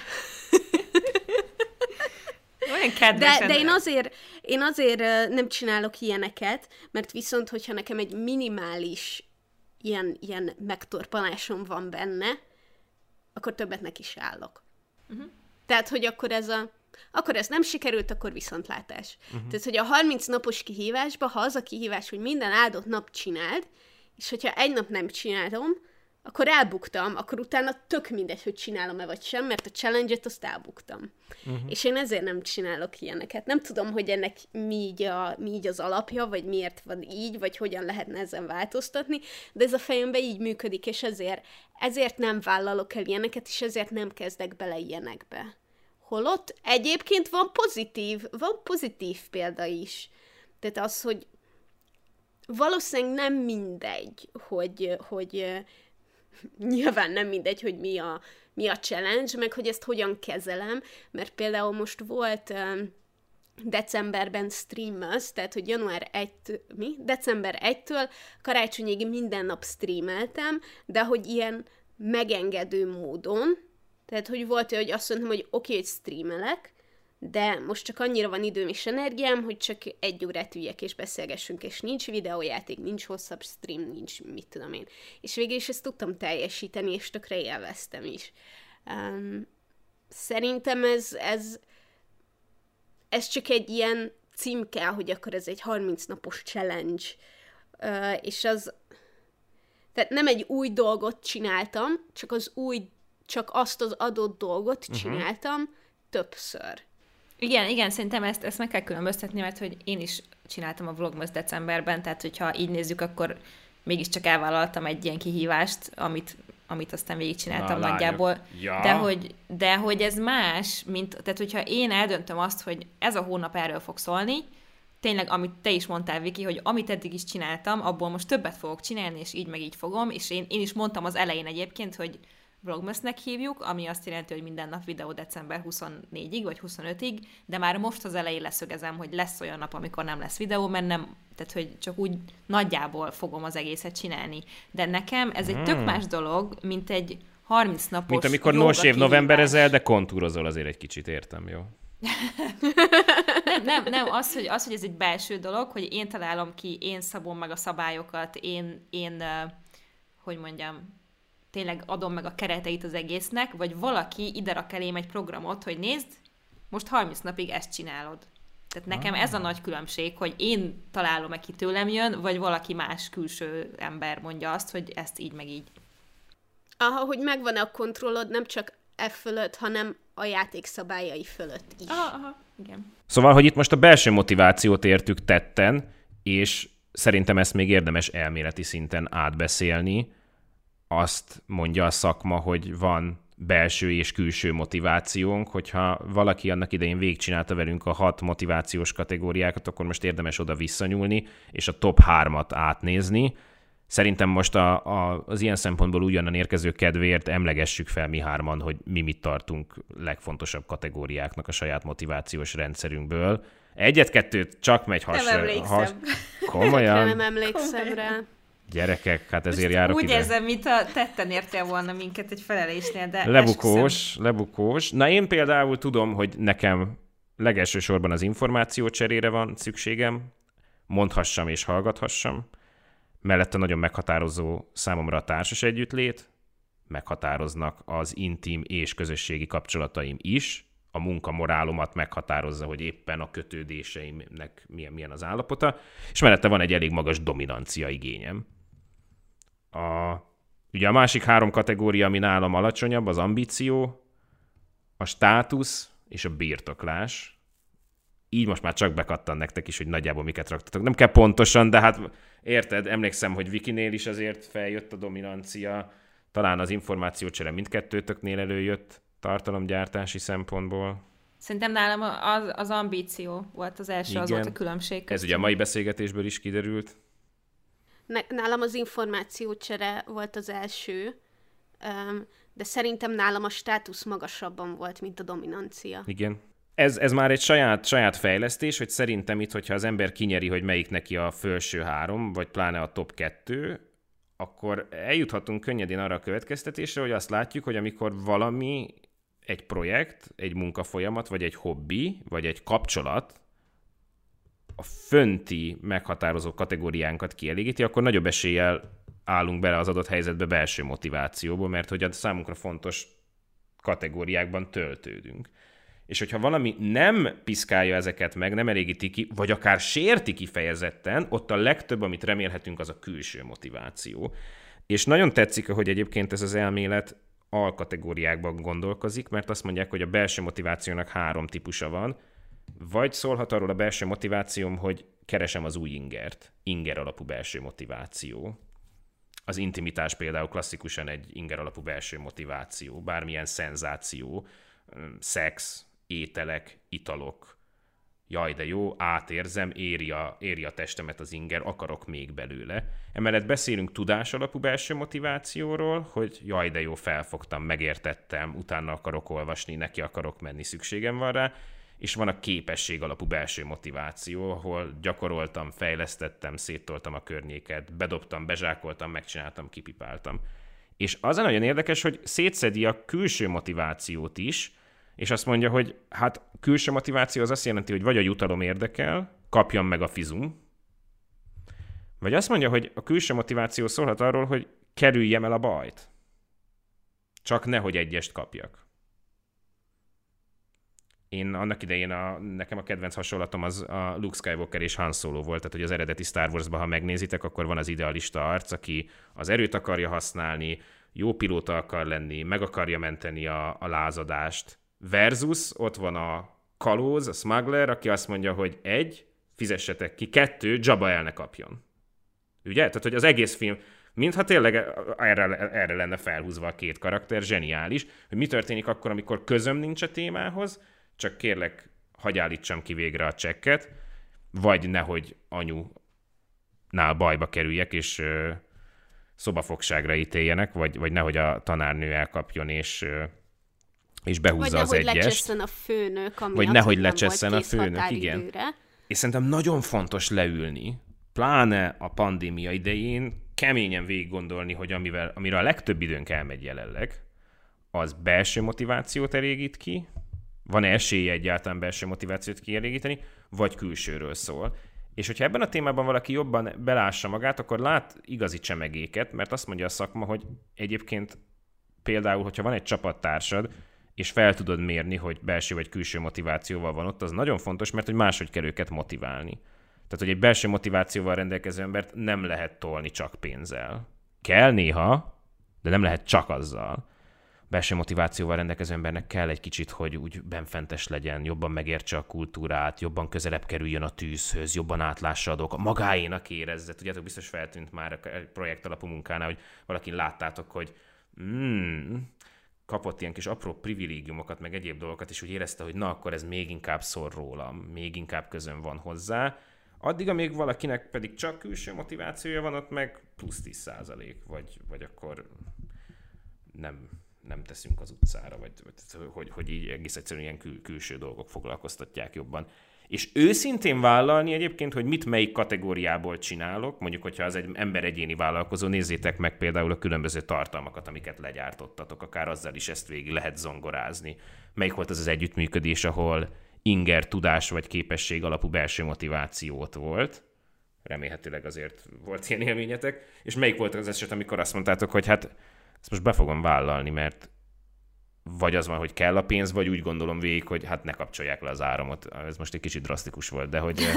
De, de én azért, én azért nem csinálok ilyeneket, mert viszont, hogyha nekem egy minimális ilyen, ilyen megtorpanásom van benne, akkor többet neki is állok. Uh-huh. Tehát, hogy akkor ez a akkor ez nem sikerült, akkor viszontlátás. Uh-huh. Tehát, hogy a harminc napos kihívásban, ha az a kihívás, hogy minden áldott nap csináld, és hogyha egy nap nem csinálom, akkor elbuktam, akkor utána tök mindegy, hogy csinálom-e vagy sem, mert a challenge-et azt elbuktam. Uh-huh. És én ezért nem csinálok ilyeneket. Nem tudom, hogy ennek mi így, a, mi így az alapja, vagy miért van így, vagy hogyan lehetne ezen változtatni, de ez a fejemben így működik, és ezért, ezért nem vállalok el ilyeneket, és ezért nem kezdek bele ilyenekbe. Holott egyébként van pozitív, van pozitív példa is. Tehát az, hogy valószínűleg nem mindegy, hogy, hogy nyilván nem mindegy, hogy mi a, mi a challenge, meg hogy ezt hogyan kezelem, mert például most volt um, decemberben streamers, tehát hogy január elsejétől, mi? december elsejétől karácsonyig minden nap streameltem, de hogy ilyen megengedő módon, tehát hogy volt olyan, hogy azt mondtam, hogy oké, okay, hogy streamelek, de most csak annyira van időm és energiám, hogy csak egy órát üljek és beszélgessünk, és nincs videójáték, nincs hosszabb stream, nincs mit tudom én. És végül is ezt tudtam teljesíteni, és tökre élveztem is. Um, szerintem ez, ez, ez csak egy ilyen címke, hogy akkor ez egy harminc napos challenge, uh, és az, tehát nem egy új dolgot csináltam, csak az új, csak azt az adott dolgot csináltam uh-huh. többször. Igen, igen, szerintem ezt, ezt meg kell különböztetni, mert hogy én is csináltam a Vlogmas decemberben, tehát hogyha így nézzük, akkor mégiscsak elvállaltam egy ilyen kihívást, amit, amit aztán végigcsináltam Na, nagyjából. Ja. De, hogy, de hogy ez más, mint, tehát hogyha én eldöntöm azt, hogy ez a hónap erről fog szólni, tényleg, amit te is mondtál, Viki, hogy amit eddig is csináltam, abból most többet fogok csinálni, és így meg így fogom, és én, én is mondtam az elején egyébként, hogy Vlogmasnek hívjuk, ami azt jelenti, hogy minden nap videó december huszonnégyig, vagy huszonötig, de már most az elején leszögezem, hogy lesz olyan nap, amikor nem lesz videó, mert nem, tehát hogy csak úgy nagyjából fogom az egészet csinálni. De nekem ez egy tök más dolog, mint egy harminc napos Mint amikor nos év novemberezel, de kontúrozol azért egy kicsit, értem, jó? nem, nem, nem, az hogy, az, hogy ez egy belső dolog, hogy én találom ki, én szabom meg a szabályokat, én, én uh, hogy mondjam, tényleg adom meg a kereteit az egésznek, vagy valaki ide rak elém egy programot, hogy nézd, most harminc napig ezt csinálod. Tehát nekem ah. ez a nagy különbség, hogy én találom, aki tőlem jön, vagy valaki más külső ember mondja azt, hogy ezt így meg így. Aha, hogy megvan a kontrollod nem csak e fölött, hanem a játék szabályai fölött is. Aha, aha, igen. Szóval, hogy itt most a belső motivációt értük tetten, és szerintem ezt még érdemes elméleti szinten átbeszélni. Azt mondja a szakma, hogy van belső és külső motivációnk, hogyha valaki annak idején végigcsinálta velünk a hat motivációs kategóriákat, akkor most érdemes oda visszanyúlni, és a top hármat átnézni. Szerintem most a, a, az ilyen szempontból ugyanan érkező kedvéért emlegessük fel mi hárman, hogy mi mit tartunk legfontosabb kategóriáknak a saját motivációs rendszerünkből. Egyet-kettőt csak megy hasra. Nem emlékszem. Has... Komolyan? Nem emlékszem rá. Gyerekek, hát ezért most járok úgy ide. Úgy érzem, mint a tetten értél volna minket egy felelésnél, de Lebukós, esküszöm. lebukós. Na én például tudom, hogy nekem legelsősorban az információ cserére van szükségem, mondhassam és hallgathassam. Mellette nagyon meghatározó számomra a társas együttlét, meghatároznak az intim és közösségi kapcsolataim is, a munkamorálomat meghatározza, hogy éppen a kötődéseimnek milyen, milyen az állapota, és mellette van egy elég magas dominancia igényem. A, ugye a másik három kategória, ami nálam alacsonyabb, az ambíció, a státusz és a birtoklás. Így most már csak bekattan nektek is, hogy nagyjából miket raktatok. Nem kell pontosan, de hát érted, emlékszem, hogy Vikinél is azért feljött a dominancia, talán az információcsere mindkettőtöknél előjött tartalomgyártási szempontból. Szerintem nálam az, az ambíció volt az első, Igen. az volt a különbség köztünk. Ez ugye a mai beszélgetésből is kiderült. Nálam az információcsere volt az első, de szerintem nálam a státusz magasabban volt, mint a dominancia. Igen. Ez, ez már egy saját, saját fejlesztés, hogy szerintem itt, hogyha az ember kinyeri, hogy melyik neki a felső három, vagy pláne a top kettő, akkor eljuthatunk könnyedén arra a következtetésre, hogy azt látjuk, hogy amikor valami, egy projekt, egy munkafolyamat, vagy egy hobbi, vagy egy kapcsolat a fönti meghatározó kategóriánkat kielégíti, akkor nagyobb eséllyel állunk bele az adott helyzetbe belső motivációból, mert hogy a számunkra fontos kategóriákban töltődünk. És hogyha valami nem piszkálja ezeket meg, nem elégíti ki, vagy akár sérti kifejezetten, ott a legtöbb, amit remélhetünk, az a külső motiváció. És nagyon tetszik, hogy egyébként ez az elmélet alkategóriákban gondolkozik, mert azt mondják, hogy a belső motivációnak három típusa van. Vagy szólhat arról a belső motivációm, hogy keresem az új ingert. Inger alapú belső motiváció. Az intimitás például klasszikusan egy inger alapú belső motiváció. Bármilyen szenzáció, szex, ételek, italok. Jaj, de jó, átérzem, éri a, éri a testemet az inger, akarok még belőle. Emellett beszélünk tudás alapú belső motivációról, hogy jaj, de jó, felfogtam, megértettem, utána akarok olvasni, neki akarok menni, szükségem van rá. És van a képesség alapú belső motiváció, ahol gyakoroltam, fejlesztettem, széttoltam a környéket, bedobtam, bezsákoltam, megcsináltam, kipipáltam. És az a nagyon érdekes, hogy szétszedi a külső motivációt is, és azt mondja, hogy hát külső motiváció az azt jelenti, hogy vagy a jutalom érdekel, kapjam meg a fizum, vagy azt mondja, hogy a külső motiváció szólhat arról, hogy kerüljem el a bajt. Csak nehogy egyest kapjak. Én annak idején, a, nekem a kedvenc hasonlatom az a Luke Skywalker és Han Solo volt, tehát hogy az eredeti Star Wars-ban, ha megnézitek, akkor van az idealista arc, aki az erőt akarja használni, jó pilóta akar lenni, meg akarja menteni a, a lázadást, versus ott van a kalóz, a smuggler, aki azt mondja, hogy egy, fizessetek ki, kettő, Jabba el ne kapjon. Ugye? Tehát, hogy az egész film, mintha tényleg erre, erre lenne felhúzva a két karakter, zseniális, hogy mi történik akkor, amikor közöm nincs a témához, csak kérlek, hagyj állítsam ki végre a csekket, vagy nehogy anyunál bajba kerüljek, és ö, szobafogságra ítéljenek, vagy, vagy nehogy a tanárnő elkapjon, és, ö, és behúzza az egyest. Vagy nehogy lecsesszen a főnök, amiatt, vagy nehogy lecsesszen a főnök, igen. És szerintem nagyon fontos leülni, pláne a pandémia idején, keményen végig gondolni, hogy amivel, amire a legtöbb időnk elmegy jelenleg, az belső motivációt elégít ki, van-e esélye egyáltalán belső motivációt kielégíteni, vagy külsőről szól. És hogyha ebben a témában valaki jobban belássa magát, akkor lát igazi csemegéket, mert azt mondja a szakma, hogy egyébként például, hogyha van egy csapattársad, és fel tudod mérni, hogy belső vagy külső motivációval van ott, az nagyon fontos, mert hogy máshogy kell őket motiválni. Tehát, hogy egy belső motivációval rendelkező embert nem lehet tolni csak pénzzel. Kell néha, de nem lehet csak azzal. Belső motivációval rendelkező embernek kell egy kicsit, hogy úgy benfentes legyen, jobban megértse a kultúrát, jobban közelebb kerüljön a tűzhöz, jobban átlássa a dolgokat, magáénak érezze. Tudjátok, biztos feltűnt már a projekt alapú munkánál, hogy valakin láttátok, hogy mm, kapott ilyen kis apró privilégiumokat, meg egyéb dolgokat, és úgy érezte, hogy na, akkor ez még inkább szól rólam, még inkább közön van hozzá. Addig, amíg valakinek pedig csak külső motivációja van, ott meg plusz tíz százalék, vagy, vagy akkor nem... nem teszünk az utcára, vagy, vagy hogy, hogy így egész egyszerűen ilyen kül, külső dolgok foglalkoztatják jobban. És őszintén vállalni egyébként, hogy mit melyik kategóriából csinálok, mondjuk, hogyha az egy ember egyéni vállalkozó, nézzétek meg például a különböző tartalmakat, amiket legyártottatok, akár azzal is ezt végig lehet zongorázni. Melyik volt az az együttműködés, ahol inger, tudás vagy képesség alapú belső motivációt volt. Remélhetőleg azért volt ilyen élményetek. És melyik volt az eset, amikor azt mondtátok, hogy hát ezt most be fogom vállalni, mert vagy az van, hogy kell a pénz, vagy úgy gondolom végig, hogy hát ne kapcsolják le az áramot. Ez most egy kicsit drasztikus volt, de hogy...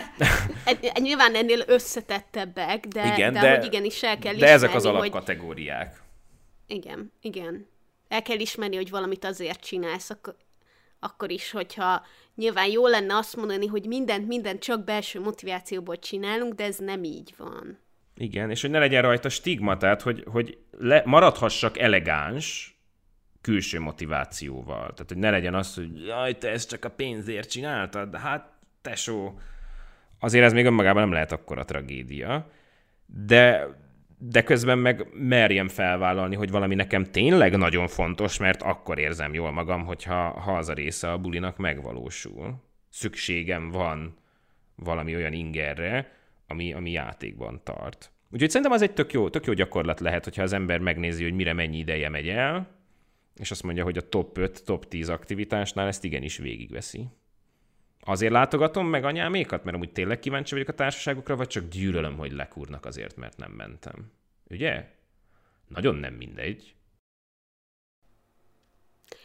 Nyilván ennél összetettebbek, de, igen, de, de hogy igenis el kell de ismerni, ezek az alapkategóriák. Hogy... Igen, igen. El kell ismerni, hogy valamit azért csinálsz, akkor, akkor is, hogyha nyilván jó lenne azt mondani, hogy mindent, mindent csak belső motivációból csinálunk, de ez nem így van. Igen, és hogy ne legyen rajta stigma, tehát hogy, hogy le, maradhassak elegáns külső motivációval. Tehát, hogy ne legyen az, hogy jaj, te ezt csak a pénzért csináltad, de hát tesó, azért ez még önmagában nem lehet akkora tragédia, de, de közben meg merjem felvállalni, hogy valami nekem tényleg nagyon fontos, mert akkor érzem jól magam, hogyha ha az a része a bulinak megvalósul. Szükségem van valami olyan ingerre, ami, ami játékban tart. Úgyhogy szerintem az egy tök jó, tök jó gyakorlat lehet, hogyha az ember megnézi, hogy mire mennyi ideje megy el, és azt mondja, hogy a top öt, top tíz aktivitásnál ezt igenis végigveszi. Azért látogatom meg anyámékat, mert amúgy tényleg kíváncsi vagyok a társaságukra, vagy csak gyűlölöm, hogy lekúrnak azért, mert nem mentem. Ugye? Nagyon nem mindegy.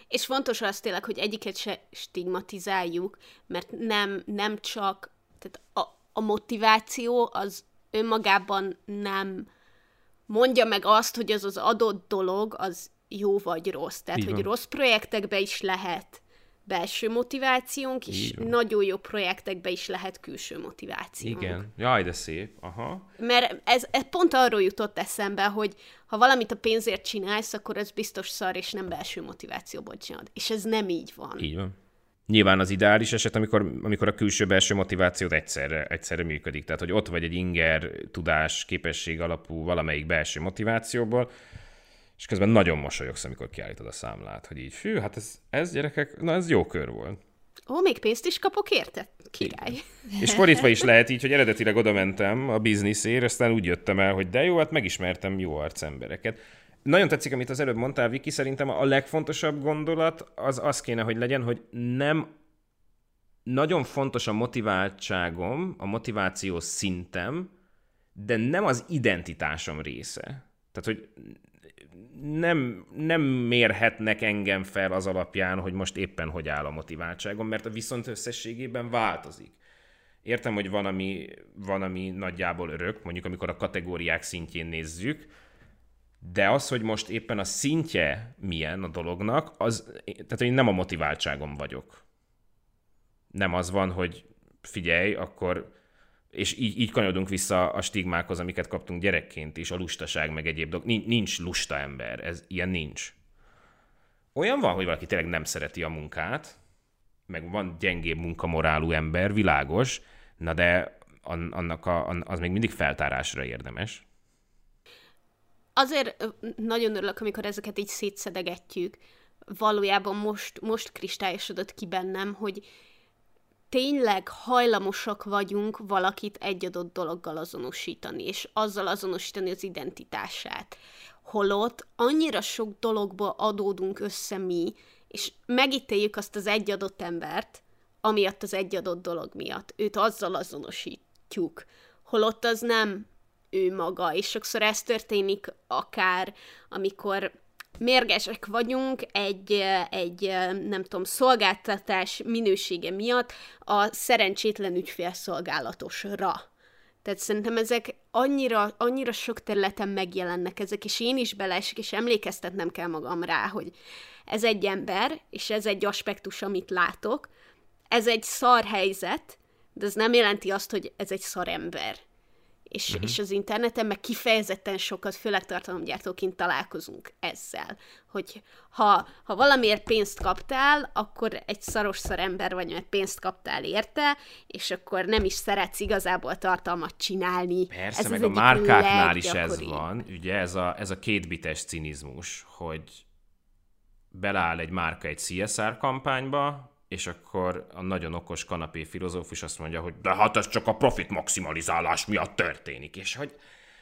És fontos az tényleg, hogy egyiket se stigmatizáljuk, mert nem, nem csak, tehát a, a motiváció az önmagában nem mondja meg azt, hogy az az adott dolog az jó vagy rossz. Tehát, hogy rossz projektekbe is lehet belső motivációnk, és nagyon jó projektekbe is lehet külső motivációnk. Igen. Jaj, de szép. Aha. Mert ez, ez pont arról jutott eszembe, hogy ha valamit a pénzért csinálsz, akkor ez biztos szar, és nem belső motivációból csinálod. És ez nem így van. Így van. Nyilván az ideális eset, amikor, amikor a külső-belső motivációd egyszerre, egyszerre működik. Tehát, hogy ott vagy egy inger, tudás, képesség alapú valamelyik belső motivációból, és közben nagyon mosolyogsz, amikor kiállítod a számlát, hogy így, fű, hát ez, ez gyerekek, na ez jó kör volt. Ó, még pénzt is kapok érte? Király. És fordítva is lehet így, hogy eredetileg oda mentem a bizniszért, aztán úgy jöttem el, hogy de jó, hát megismertem jó arc embereket. Nagyon tetszik, amit az előbb mondtál, Viki, szerintem a legfontosabb gondolat az az kéne, hogy legyen, hogy nem nagyon fontos a motiváltságom, a motiváció szintem, de nem az identitásom része. Tehát, hogy nem, nem mérhetnek engem fel az alapján, hogy most éppen hogy áll a motiváltságom, mert a viszont összességében változik. Értem, hogy van ami, van, ami nagyjából örök, mondjuk amikor a kategóriák szintjén nézzük, de az, hogy most éppen a szintje milyen a dolognak, az, tehát hogy nem a motiváltságom vagyok. Nem az van, hogy figyelj, akkor, és így, így kanyarodunk vissza a stigmákhoz, amiket kaptunk gyerekként is, a lustaság, meg egyéb dolgok. Nincs lusta ember, ez ilyen nincs. Olyan van, hogy valaki tényleg nem szereti a munkát, meg van gyengébb munkamorálú ember, világos, na de annak a, az még mindig feltárásra érdemes. Azért nagyon örülök, amikor ezeket így szétszedegetjük. Valójában most, most kristályosodott ki bennem, hogy tényleg hajlamosak vagyunk valakit egy adott dologgal azonosítani, és azzal azonosítani az identitását. Holott annyira sok dologból adódunk össze mi, és megítéljük azt az egy adott embert, amiatt az egy adott dolog miatt. Őt azzal azonosítjuk. Holott az nem ő maga, és sokszor ez történik akár, amikor mérgesek vagyunk egy, egy, nem tudom, szolgáltatás minősége miatt a szerencsétlen ügyfélszolgálatosra. Tehát szerintem ezek annyira, annyira sok területen megjelennek ezek, és én is beleesik, és emlékeztetnem kell magam rá, hogy ez egy ember, és ez egy aspektus, amit látok, ez egy szar helyzet, de ez nem jelenti azt, hogy ez egy szar ember. És, uh-huh. és az interneten meg kifejezetten sokat, főleg tartalomgyártóként találkozunk ezzel, hogy ha, ha valamiért pénzt kaptál, akkor egy szaros szar ember vagy, mert pénzt kaptál érte, és akkor nem is szeretsz igazából tartalmat csinálni. Persze, ez meg a márkáknál is ez van, ugye ez a, ez a kétbites cinizmus, hogy beleáll egy márka egy cé es er kampányba, és akkor a nagyon okos kanapé filozófus azt mondja, hogy de hát ez csak a profit maximalizálás miatt történik, és hogy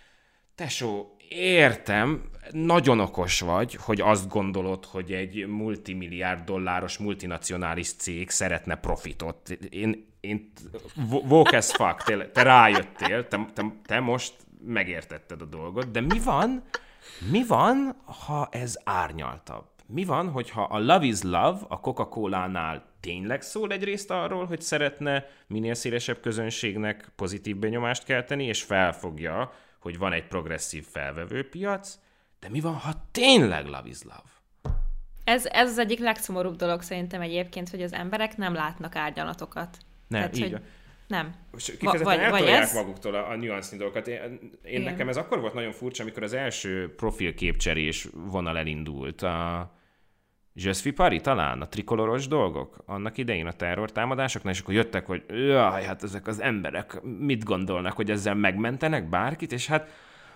tesó, értem, nagyon okos vagy, hogy azt gondolod, hogy egy multimilliárd dolláros multinacionális cég szeretne profitot. Én, én woke as fuck, te, te rájöttél, te, te, te most megértetted a dolgot, de mi van, mi van, ha ez árnyaltabb? Mi van, hogyha a Love is Love a Coca-Colánál tényleg szól egyrészt arról, hogy szeretne minél szélesebb közönségnek pozitív benyomást kelteni, és felfogja, hogy van egy progresszív felvevőpiac, de mi van, ha tényleg Love is Love? Ez, ez az egyik legszomorúbb dolog szerintem egyébként, hogy az emberek nem látnak árnyalatokat. Nem, Tehát, így hogy nem. Kifejezetten eltolják maguktól a, a nüansznyi dolgokat. Én, én nekem ez akkor volt nagyon furcsa, amikor az első profilképcserés vonal elindult. A Je suis Paris talán, a trikoloros dolgok, annak idején a terrortámadásoknál, és akkor jöttek, hogy jaj, hát ezek az emberek mit gondolnak, hogy ezzel megmentenek bárkit, és hát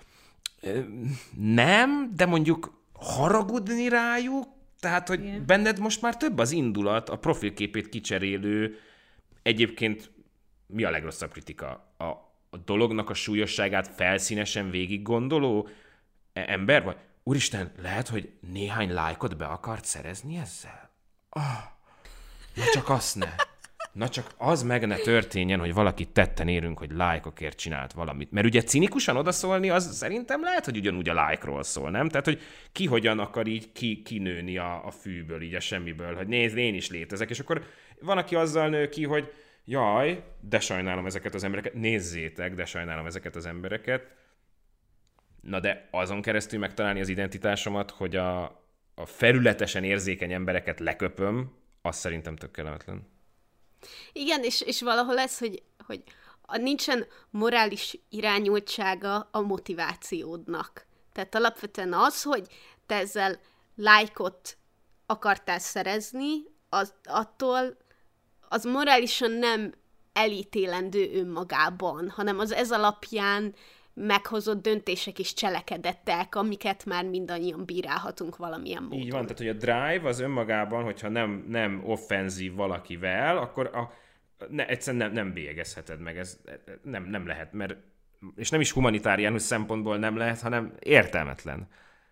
nem, de mondjuk haragudni rájuk, tehát, hogy igen. Benned most már több az indulat, a profilképét kicserélő, egyébként mi a legrosszabb kritika? A, a dolognak a súlyosságát felszínesen végig gondoló ember vagy? Úristen, lehet, hogy néhány lájkot be akart szerezni ezzel? Oh, na csak azt ne. na csak az meg ne történjen, hogy valaki tetten érünk, hogy lájkokért csinált valamit. Mert ugye cinikusan odaszólni, az szerintem lehet, hogy ugyanúgy a lájkról szól, nem? Tehát, hogy ki hogyan akar így ki, kinőni a, a fűből, így a semmiből, hogy nézd, én is létezek, és akkor van, aki azzal nő ki, hogy jaj, de sajnálom ezeket az embereket, nézzétek, de sajnálom ezeket az embereket. Na de azon keresztül megtalálni az identitásomat, hogy a, a felületesen érzékeny embereket leköpöm, az szerintem tök kellemetlen. Igen, és, és valahol ez, hogy, hogy a nincsen morális irányultsága a motivációdnak. Tehát alapvetően az, hogy te ezzel lájkot akartál szerezni, az, attól az morálisan nem elítélendő önmagában, hanem az ez alapján meghozott döntések és cselekedettek, amiket már mindannyian bírálhatunk valamilyen módon. Így van, tehát hogy a drive az önmagában, hogyha nem, nem offenzív valakivel, akkor a, ne, egyszerűen nem, nem bélyegezheted meg, ez nem, nem lehet, mert, és nem is humanitáriánus szempontból nem lehet, hanem értelmetlen.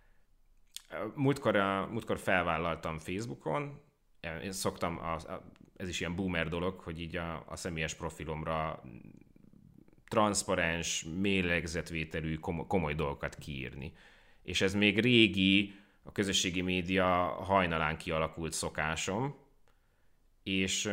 Múltkor, a, múltkor felvállaltam Facebookon, én szoktam, a, a, ez is ilyen boomer dolog, hogy így a, a személyes profilomra transzparens, mélegzetvételű, komoly dolgokat kiírni. És ez még régi, a közösségi média hajnalán kialakult szokásom, és,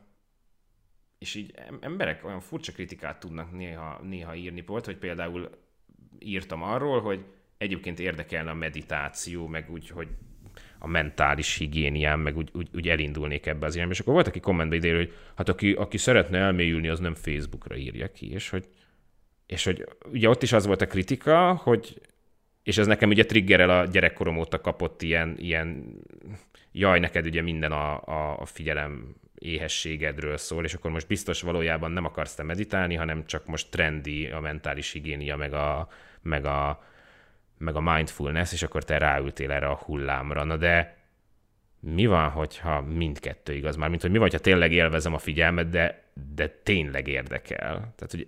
és így emberek olyan furcsa kritikát tudnak néha, néha írni. Volt, hogy például írtam arról, hogy egyébként érdekelne a meditáció, meg úgy, hogy a mentális higiéniám, meg úgy, úgy, úgy elindulnék ebbe az irányba. És akkor volt, aki kommentbe ide, hogy hát aki, aki szeretne elmélyülni, az nem Facebookra írja ki, és hogy, és hogy ugye ott is az volt a kritika, hogy, és ez nekem ugye triggerel a gyerekkorom óta kapott ilyen, ilyen jaj, neked ugye minden a, a, a figyelem éhességedről szól, és akkor most biztos valójában nem akarsz te meditálni, hanem csak most trendi a mentális higiénia, meg a, meg a meg a mindfulness, és akkor te ráültél erre a hullámra. Na de mi van, hogyha mindkettő igaz? Mármint, hogy mi van, hogyha tényleg élvezem a figyelmet, de, de tényleg érdekel. Tehát, hogy...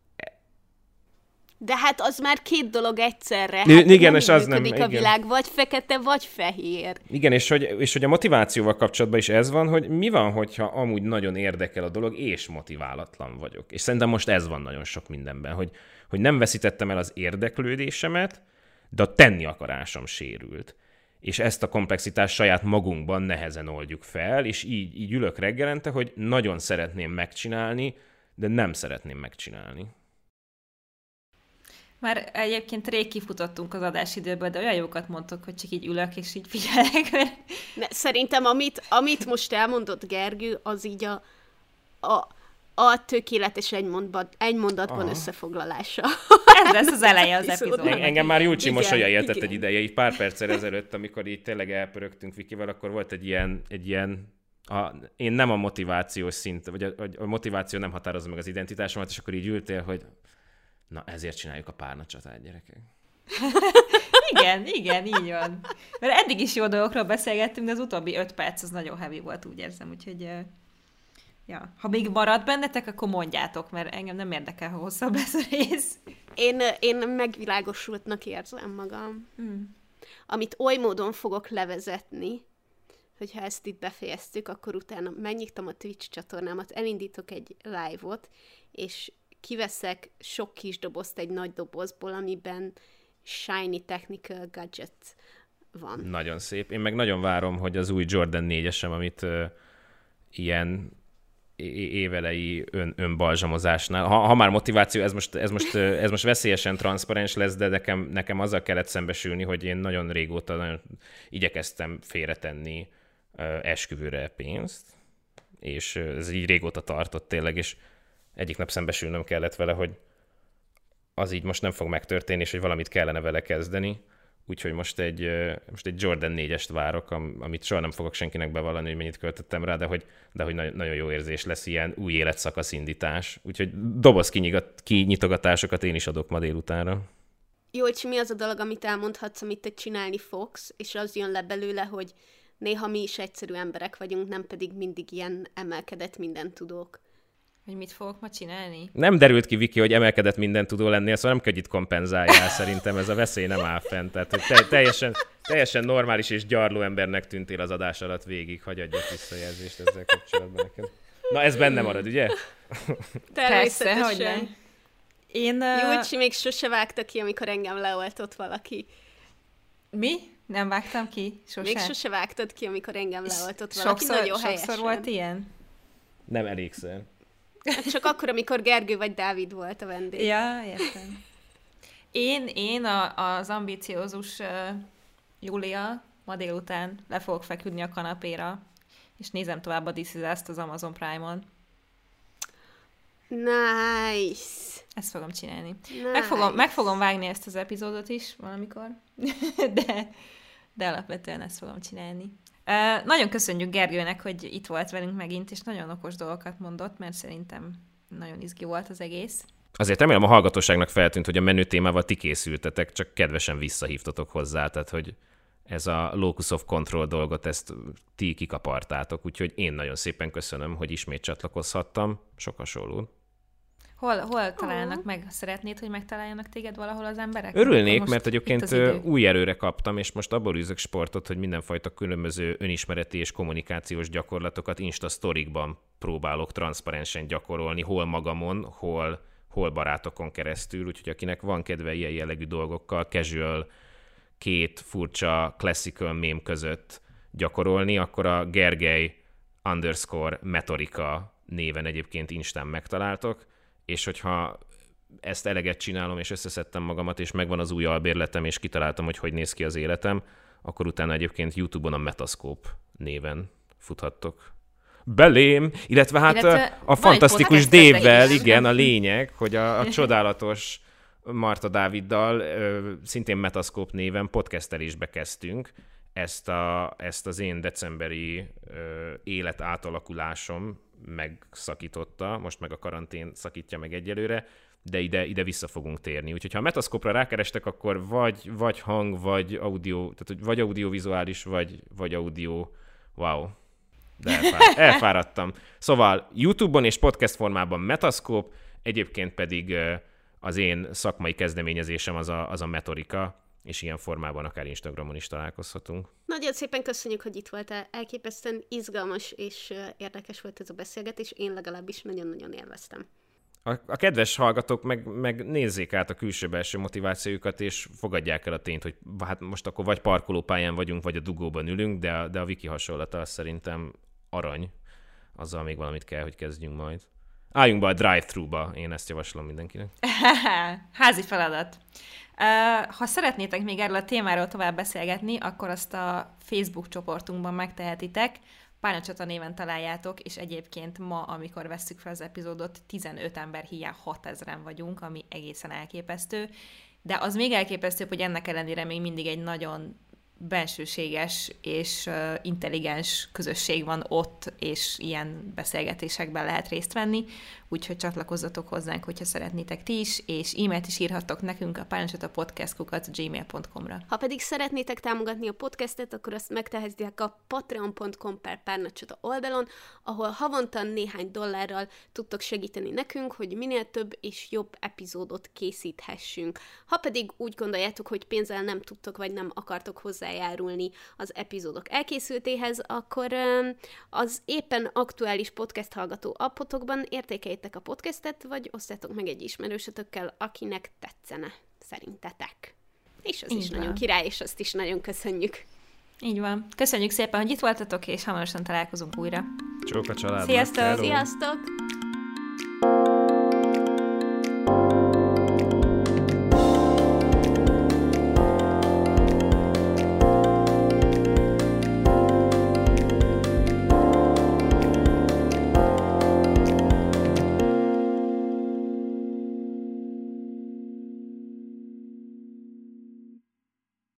De hát az már két dolog egyszerre. Hát igen, nem és az nem... a igen. világ, vagy fekete, vagy fehér. Igen, és hogy, és hogy a motivációval kapcsolatban is ez van, hogy mi van, hogyha amúgy nagyon érdekel a dolog, és motiválatlan vagyok. És szerintem most ez van nagyon sok mindenben, hogy, hogy nem veszítettem el az érdeklődésemet, de a tenni akarásom sérült. És ezt a komplexitást saját magunkban nehezen oldjuk fel, és így, így ülök reggelente, hogy nagyon szeretném megcsinálni, de nem szeretném megcsinálni. Már egyébként rég kifutottunk az adásidőből, de olyan jókat mondtok, hogy csak így ülök, és így figyelek. Mert... Ne, szerintem, amit, amit most elmondott Gergő, az így a, a, a tökéletes egy, mondat, egy mondatban Aha. összefoglalása. Ez lesz az eleje az epizódnak. Engem már Julcsi mosolya értett egy ideje, így pár perccel ezelőtt, amikor így tényleg elpörögtünk Vikivel, akkor volt egy ilyen, egy ilyen a, én nem a motivációs szint, vagy a, a motiváció nem határozza meg az identitásomat, és akkor így ültél, hogy na ezért csináljuk a párnacsatát, gyerekek. Igen, igen, így van. Mert eddig is jó dolgokról beszélgettünk, de az utóbbi öt perc az nagyon heavy volt, úgy érzem, úgyhogy ja. Ha még marad bennetek, akkor mondjátok, mert engem nem érdekel, ha hosszabb lesz a rész. Én, én megvilágosultnak érzem magam. Mm. Amit oly módon fogok levezetni, hogyha ezt itt befejeztük, akkor utána megnyitom a Twitch csatornámat, elindítok egy live-ot, és kiveszek sok kis dobozt egy nagy dobozból, amiben shiny technical gadget van. Nagyon szép. Én meg nagyon várom, hogy az új Jordan négyesem, amit uh, ilyen évelei ön, önbalzsamozásnál, ha, ha már motiváció, ez most, ez, most, ez most veszélyesen transzparens lesz, de nekem, nekem azzal kellett szembesülni, hogy én nagyon régóta nagyon igyekeztem félretenni uh, esküvőre pénzt, és uh, ez így régóta tartott tényleg, és egyik nap szembesülnöm kellett vele, hogy az így most nem fog megtörténni, és hogy valamit kellene vele kezdeni. Úgyhogy most egy, most egy Jordan négyest várok, amit soha nem fogok senkinek bevallani, hogy mennyit költöttem rá, de hogy, de hogy nagyon jó érzés lesz, ilyen új életszakasz indítás. Úgyhogy doboz kinyitogatásokat én is adok ma délutánra. Jó, és mi az a dolog, amit elmondhatsz, amit te csinálni fogsz, és az jön le belőle, hogy néha mi is egyszerű emberek vagyunk, nem pedig mindig ilyen emelkedett mindentudók. Hogy mit fogok ma csinálni? Nem derült ki, Viki, hogy emelkedett mindentudó lennél, szóval nem kell itt kompenzáljál, szerintem ez a veszély nem áll fent. Tehát, hogy te, teljesen, teljesen normális és gyarló embernek tűntél az adás alatt végig, hagyj adjak visszajelzést ezzel kapcsolatban neked. Na, ez benne marad, ugye? Természetesen. Persze, hogy Én... Uh... Júlcsi még sose vágta ki, amikor engem leoltott valaki. Mi? Nem vágtam ki? Sose? Még sose vágtad ki, amikor engem leoltott valaki. Sokszor, Nagyon sokszor helyesen. volt ilyen? Nem elégszer. Hát csak akkor, amikor Gergő vagy Dávid volt a vendég. Ja, értem. Én, én a, az ambiciózus uh, Júlia ma délután le fogok feküdni a kanapéra, és nézem tovább a This Is Us-t az Amazon Prime-on. Nice! Ezt fogom csinálni. Nice. Meg fogom, meg fogom vágni ezt az epizódot is valamikor, de, de alapvetően ezt fogom csinálni. Uh, nagyon köszönjük Gergőnek, hogy itt volt velünk megint, és nagyon okos dolgokat mondott, mert szerintem nagyon izgi volt az egész. Azért remélem a hallgatóságnak feltűnt, hogy a menü témával ti készültetek, csak kedvesen visszahívtatok hozzá, tehát hogy ez a locus of control dolgot, ezt ti kikapartátok, úgyhogy én nagyon szépen köszönöm, hogy ismét csatlakozhattam. Sok hasonló. Hol, hol találnak oh. meg? Szeretnéd, hogy megtaláljanak téged valahol az emberek? Örülnék, mert egyébként új erőre kaptam, és most abból űzök sportot, hogy mindenfajta különböző önismereti és kommunikációs gyakorlatokat Insta sztorikban próbálok transzparensen gyakorolni, hol magamon, hol, hol barátokon keresztül, úgyhogy akinek van kedve ilyen jellegű dolgokkal, casual, két furcsa classical meme között gyakorolni, akkor a Gergely underscore metorika néven egyébként Instán megtaláltok, és hogyha ezt eleget csinálom, és összeszedtem magamat, és megvan az új albérletem, és kitaláltam, hogy hogy néz ki az életem, akkor utána egyébként YouTube-on a Metascope néven futhattok belém, illetve hát illetve a fantasztikus Dave-vel, igen, a lényeg, hogy a, a csodálatos Marta Dáviddal szintén Metascope néven podcastelésbe kezdtünk. Ezt, a, ezt az én decemberi élet átalakulásom megszakította, most meg a karantén szakítja meg egyelőre, de ide, ide vissza fogunk térni. Úgyhogy ha a Metascope-ra rákerestek, akkor vagy, vagy hang, vagy audio, tehát vagy audiovizuális, vagy, vagy audio, wow, de elfáradt, elfáradtam. Szóval YouTube-on és podcast formában Metascope, egyébként pedig az én szakmai kezdeményezésem az a, az a metorika, és ilyen formában akár Instagramon is találkozhatunk. Nagyon szépen köszönjük, hogy itt voltál. Elképesztően izgalmas és érdekes volt ez a beszélgetés. Én legalábbis nagyon-nagyon élveztem. A, a kedves hallgatók meg, meg nézzék át a külső-belső motivációjukat, és fogadják el a tényt, hogy hát most akkor vagy parkolópályán vagyunk, vagy a dugóban ülünk, de a, de a wiki hasonlata az szerintem arany. Azzal még valamit kell, hogy kezdjünk majd. Álljunk be a drive-thru-ba, én ezt javaslom mindenkinek. Házi feladat. Ha szeretnétek még erről a témáról tovább beszélgetni, akkor azt a Facebook csoportunkban megtehetitek. Párnacsata néven találjátok, és egyébként ma, amikor vesszük fel az epizódot, tizenöt ember hiány hatezren vagyunk, ami egészen elképesztő. De az még elképesztőbb, hogy ennek ellenére még mindig egy nagyon bensőséges és uh, intelligens közösség van ott, és ilyen beszélgetésekben lehet részt venni, úgyhogy csatlakozzatok hozzánk, hogyha szeretnétek ti is, és e-mailt is írhattok nekünk a párnacsatapodcast kukac gmail pont com-ra. Ha pedig szeretnétek támogatni a podcastet, akkor azt megtehetitek a patreon pont com per párnacsata oldalon, ahol havonta néhány dollárral tudtok segíteni nekünk, hogy minél több és jobb epizódot készíthessünk. Ha pedig úgy gondoljátok, hogy pénzzel nem tudtok, vagy nem akartok hozzájárulni az epizódok elkészültéhez, akkor az éppen aktuális podcast hallgató appotokban értékeljétek a podcastet, vagy osztátok meg egy ismerősötökkel, akinek tetszene szerintetek. És az Így is van. Nagyon király, és azt is nagyon köszönjük. Így van. Köszönjük szépen, hogy itt voltatok, és hamarosan találkozunk újra. Csók a családnak. Sziasztok! Sziasztok!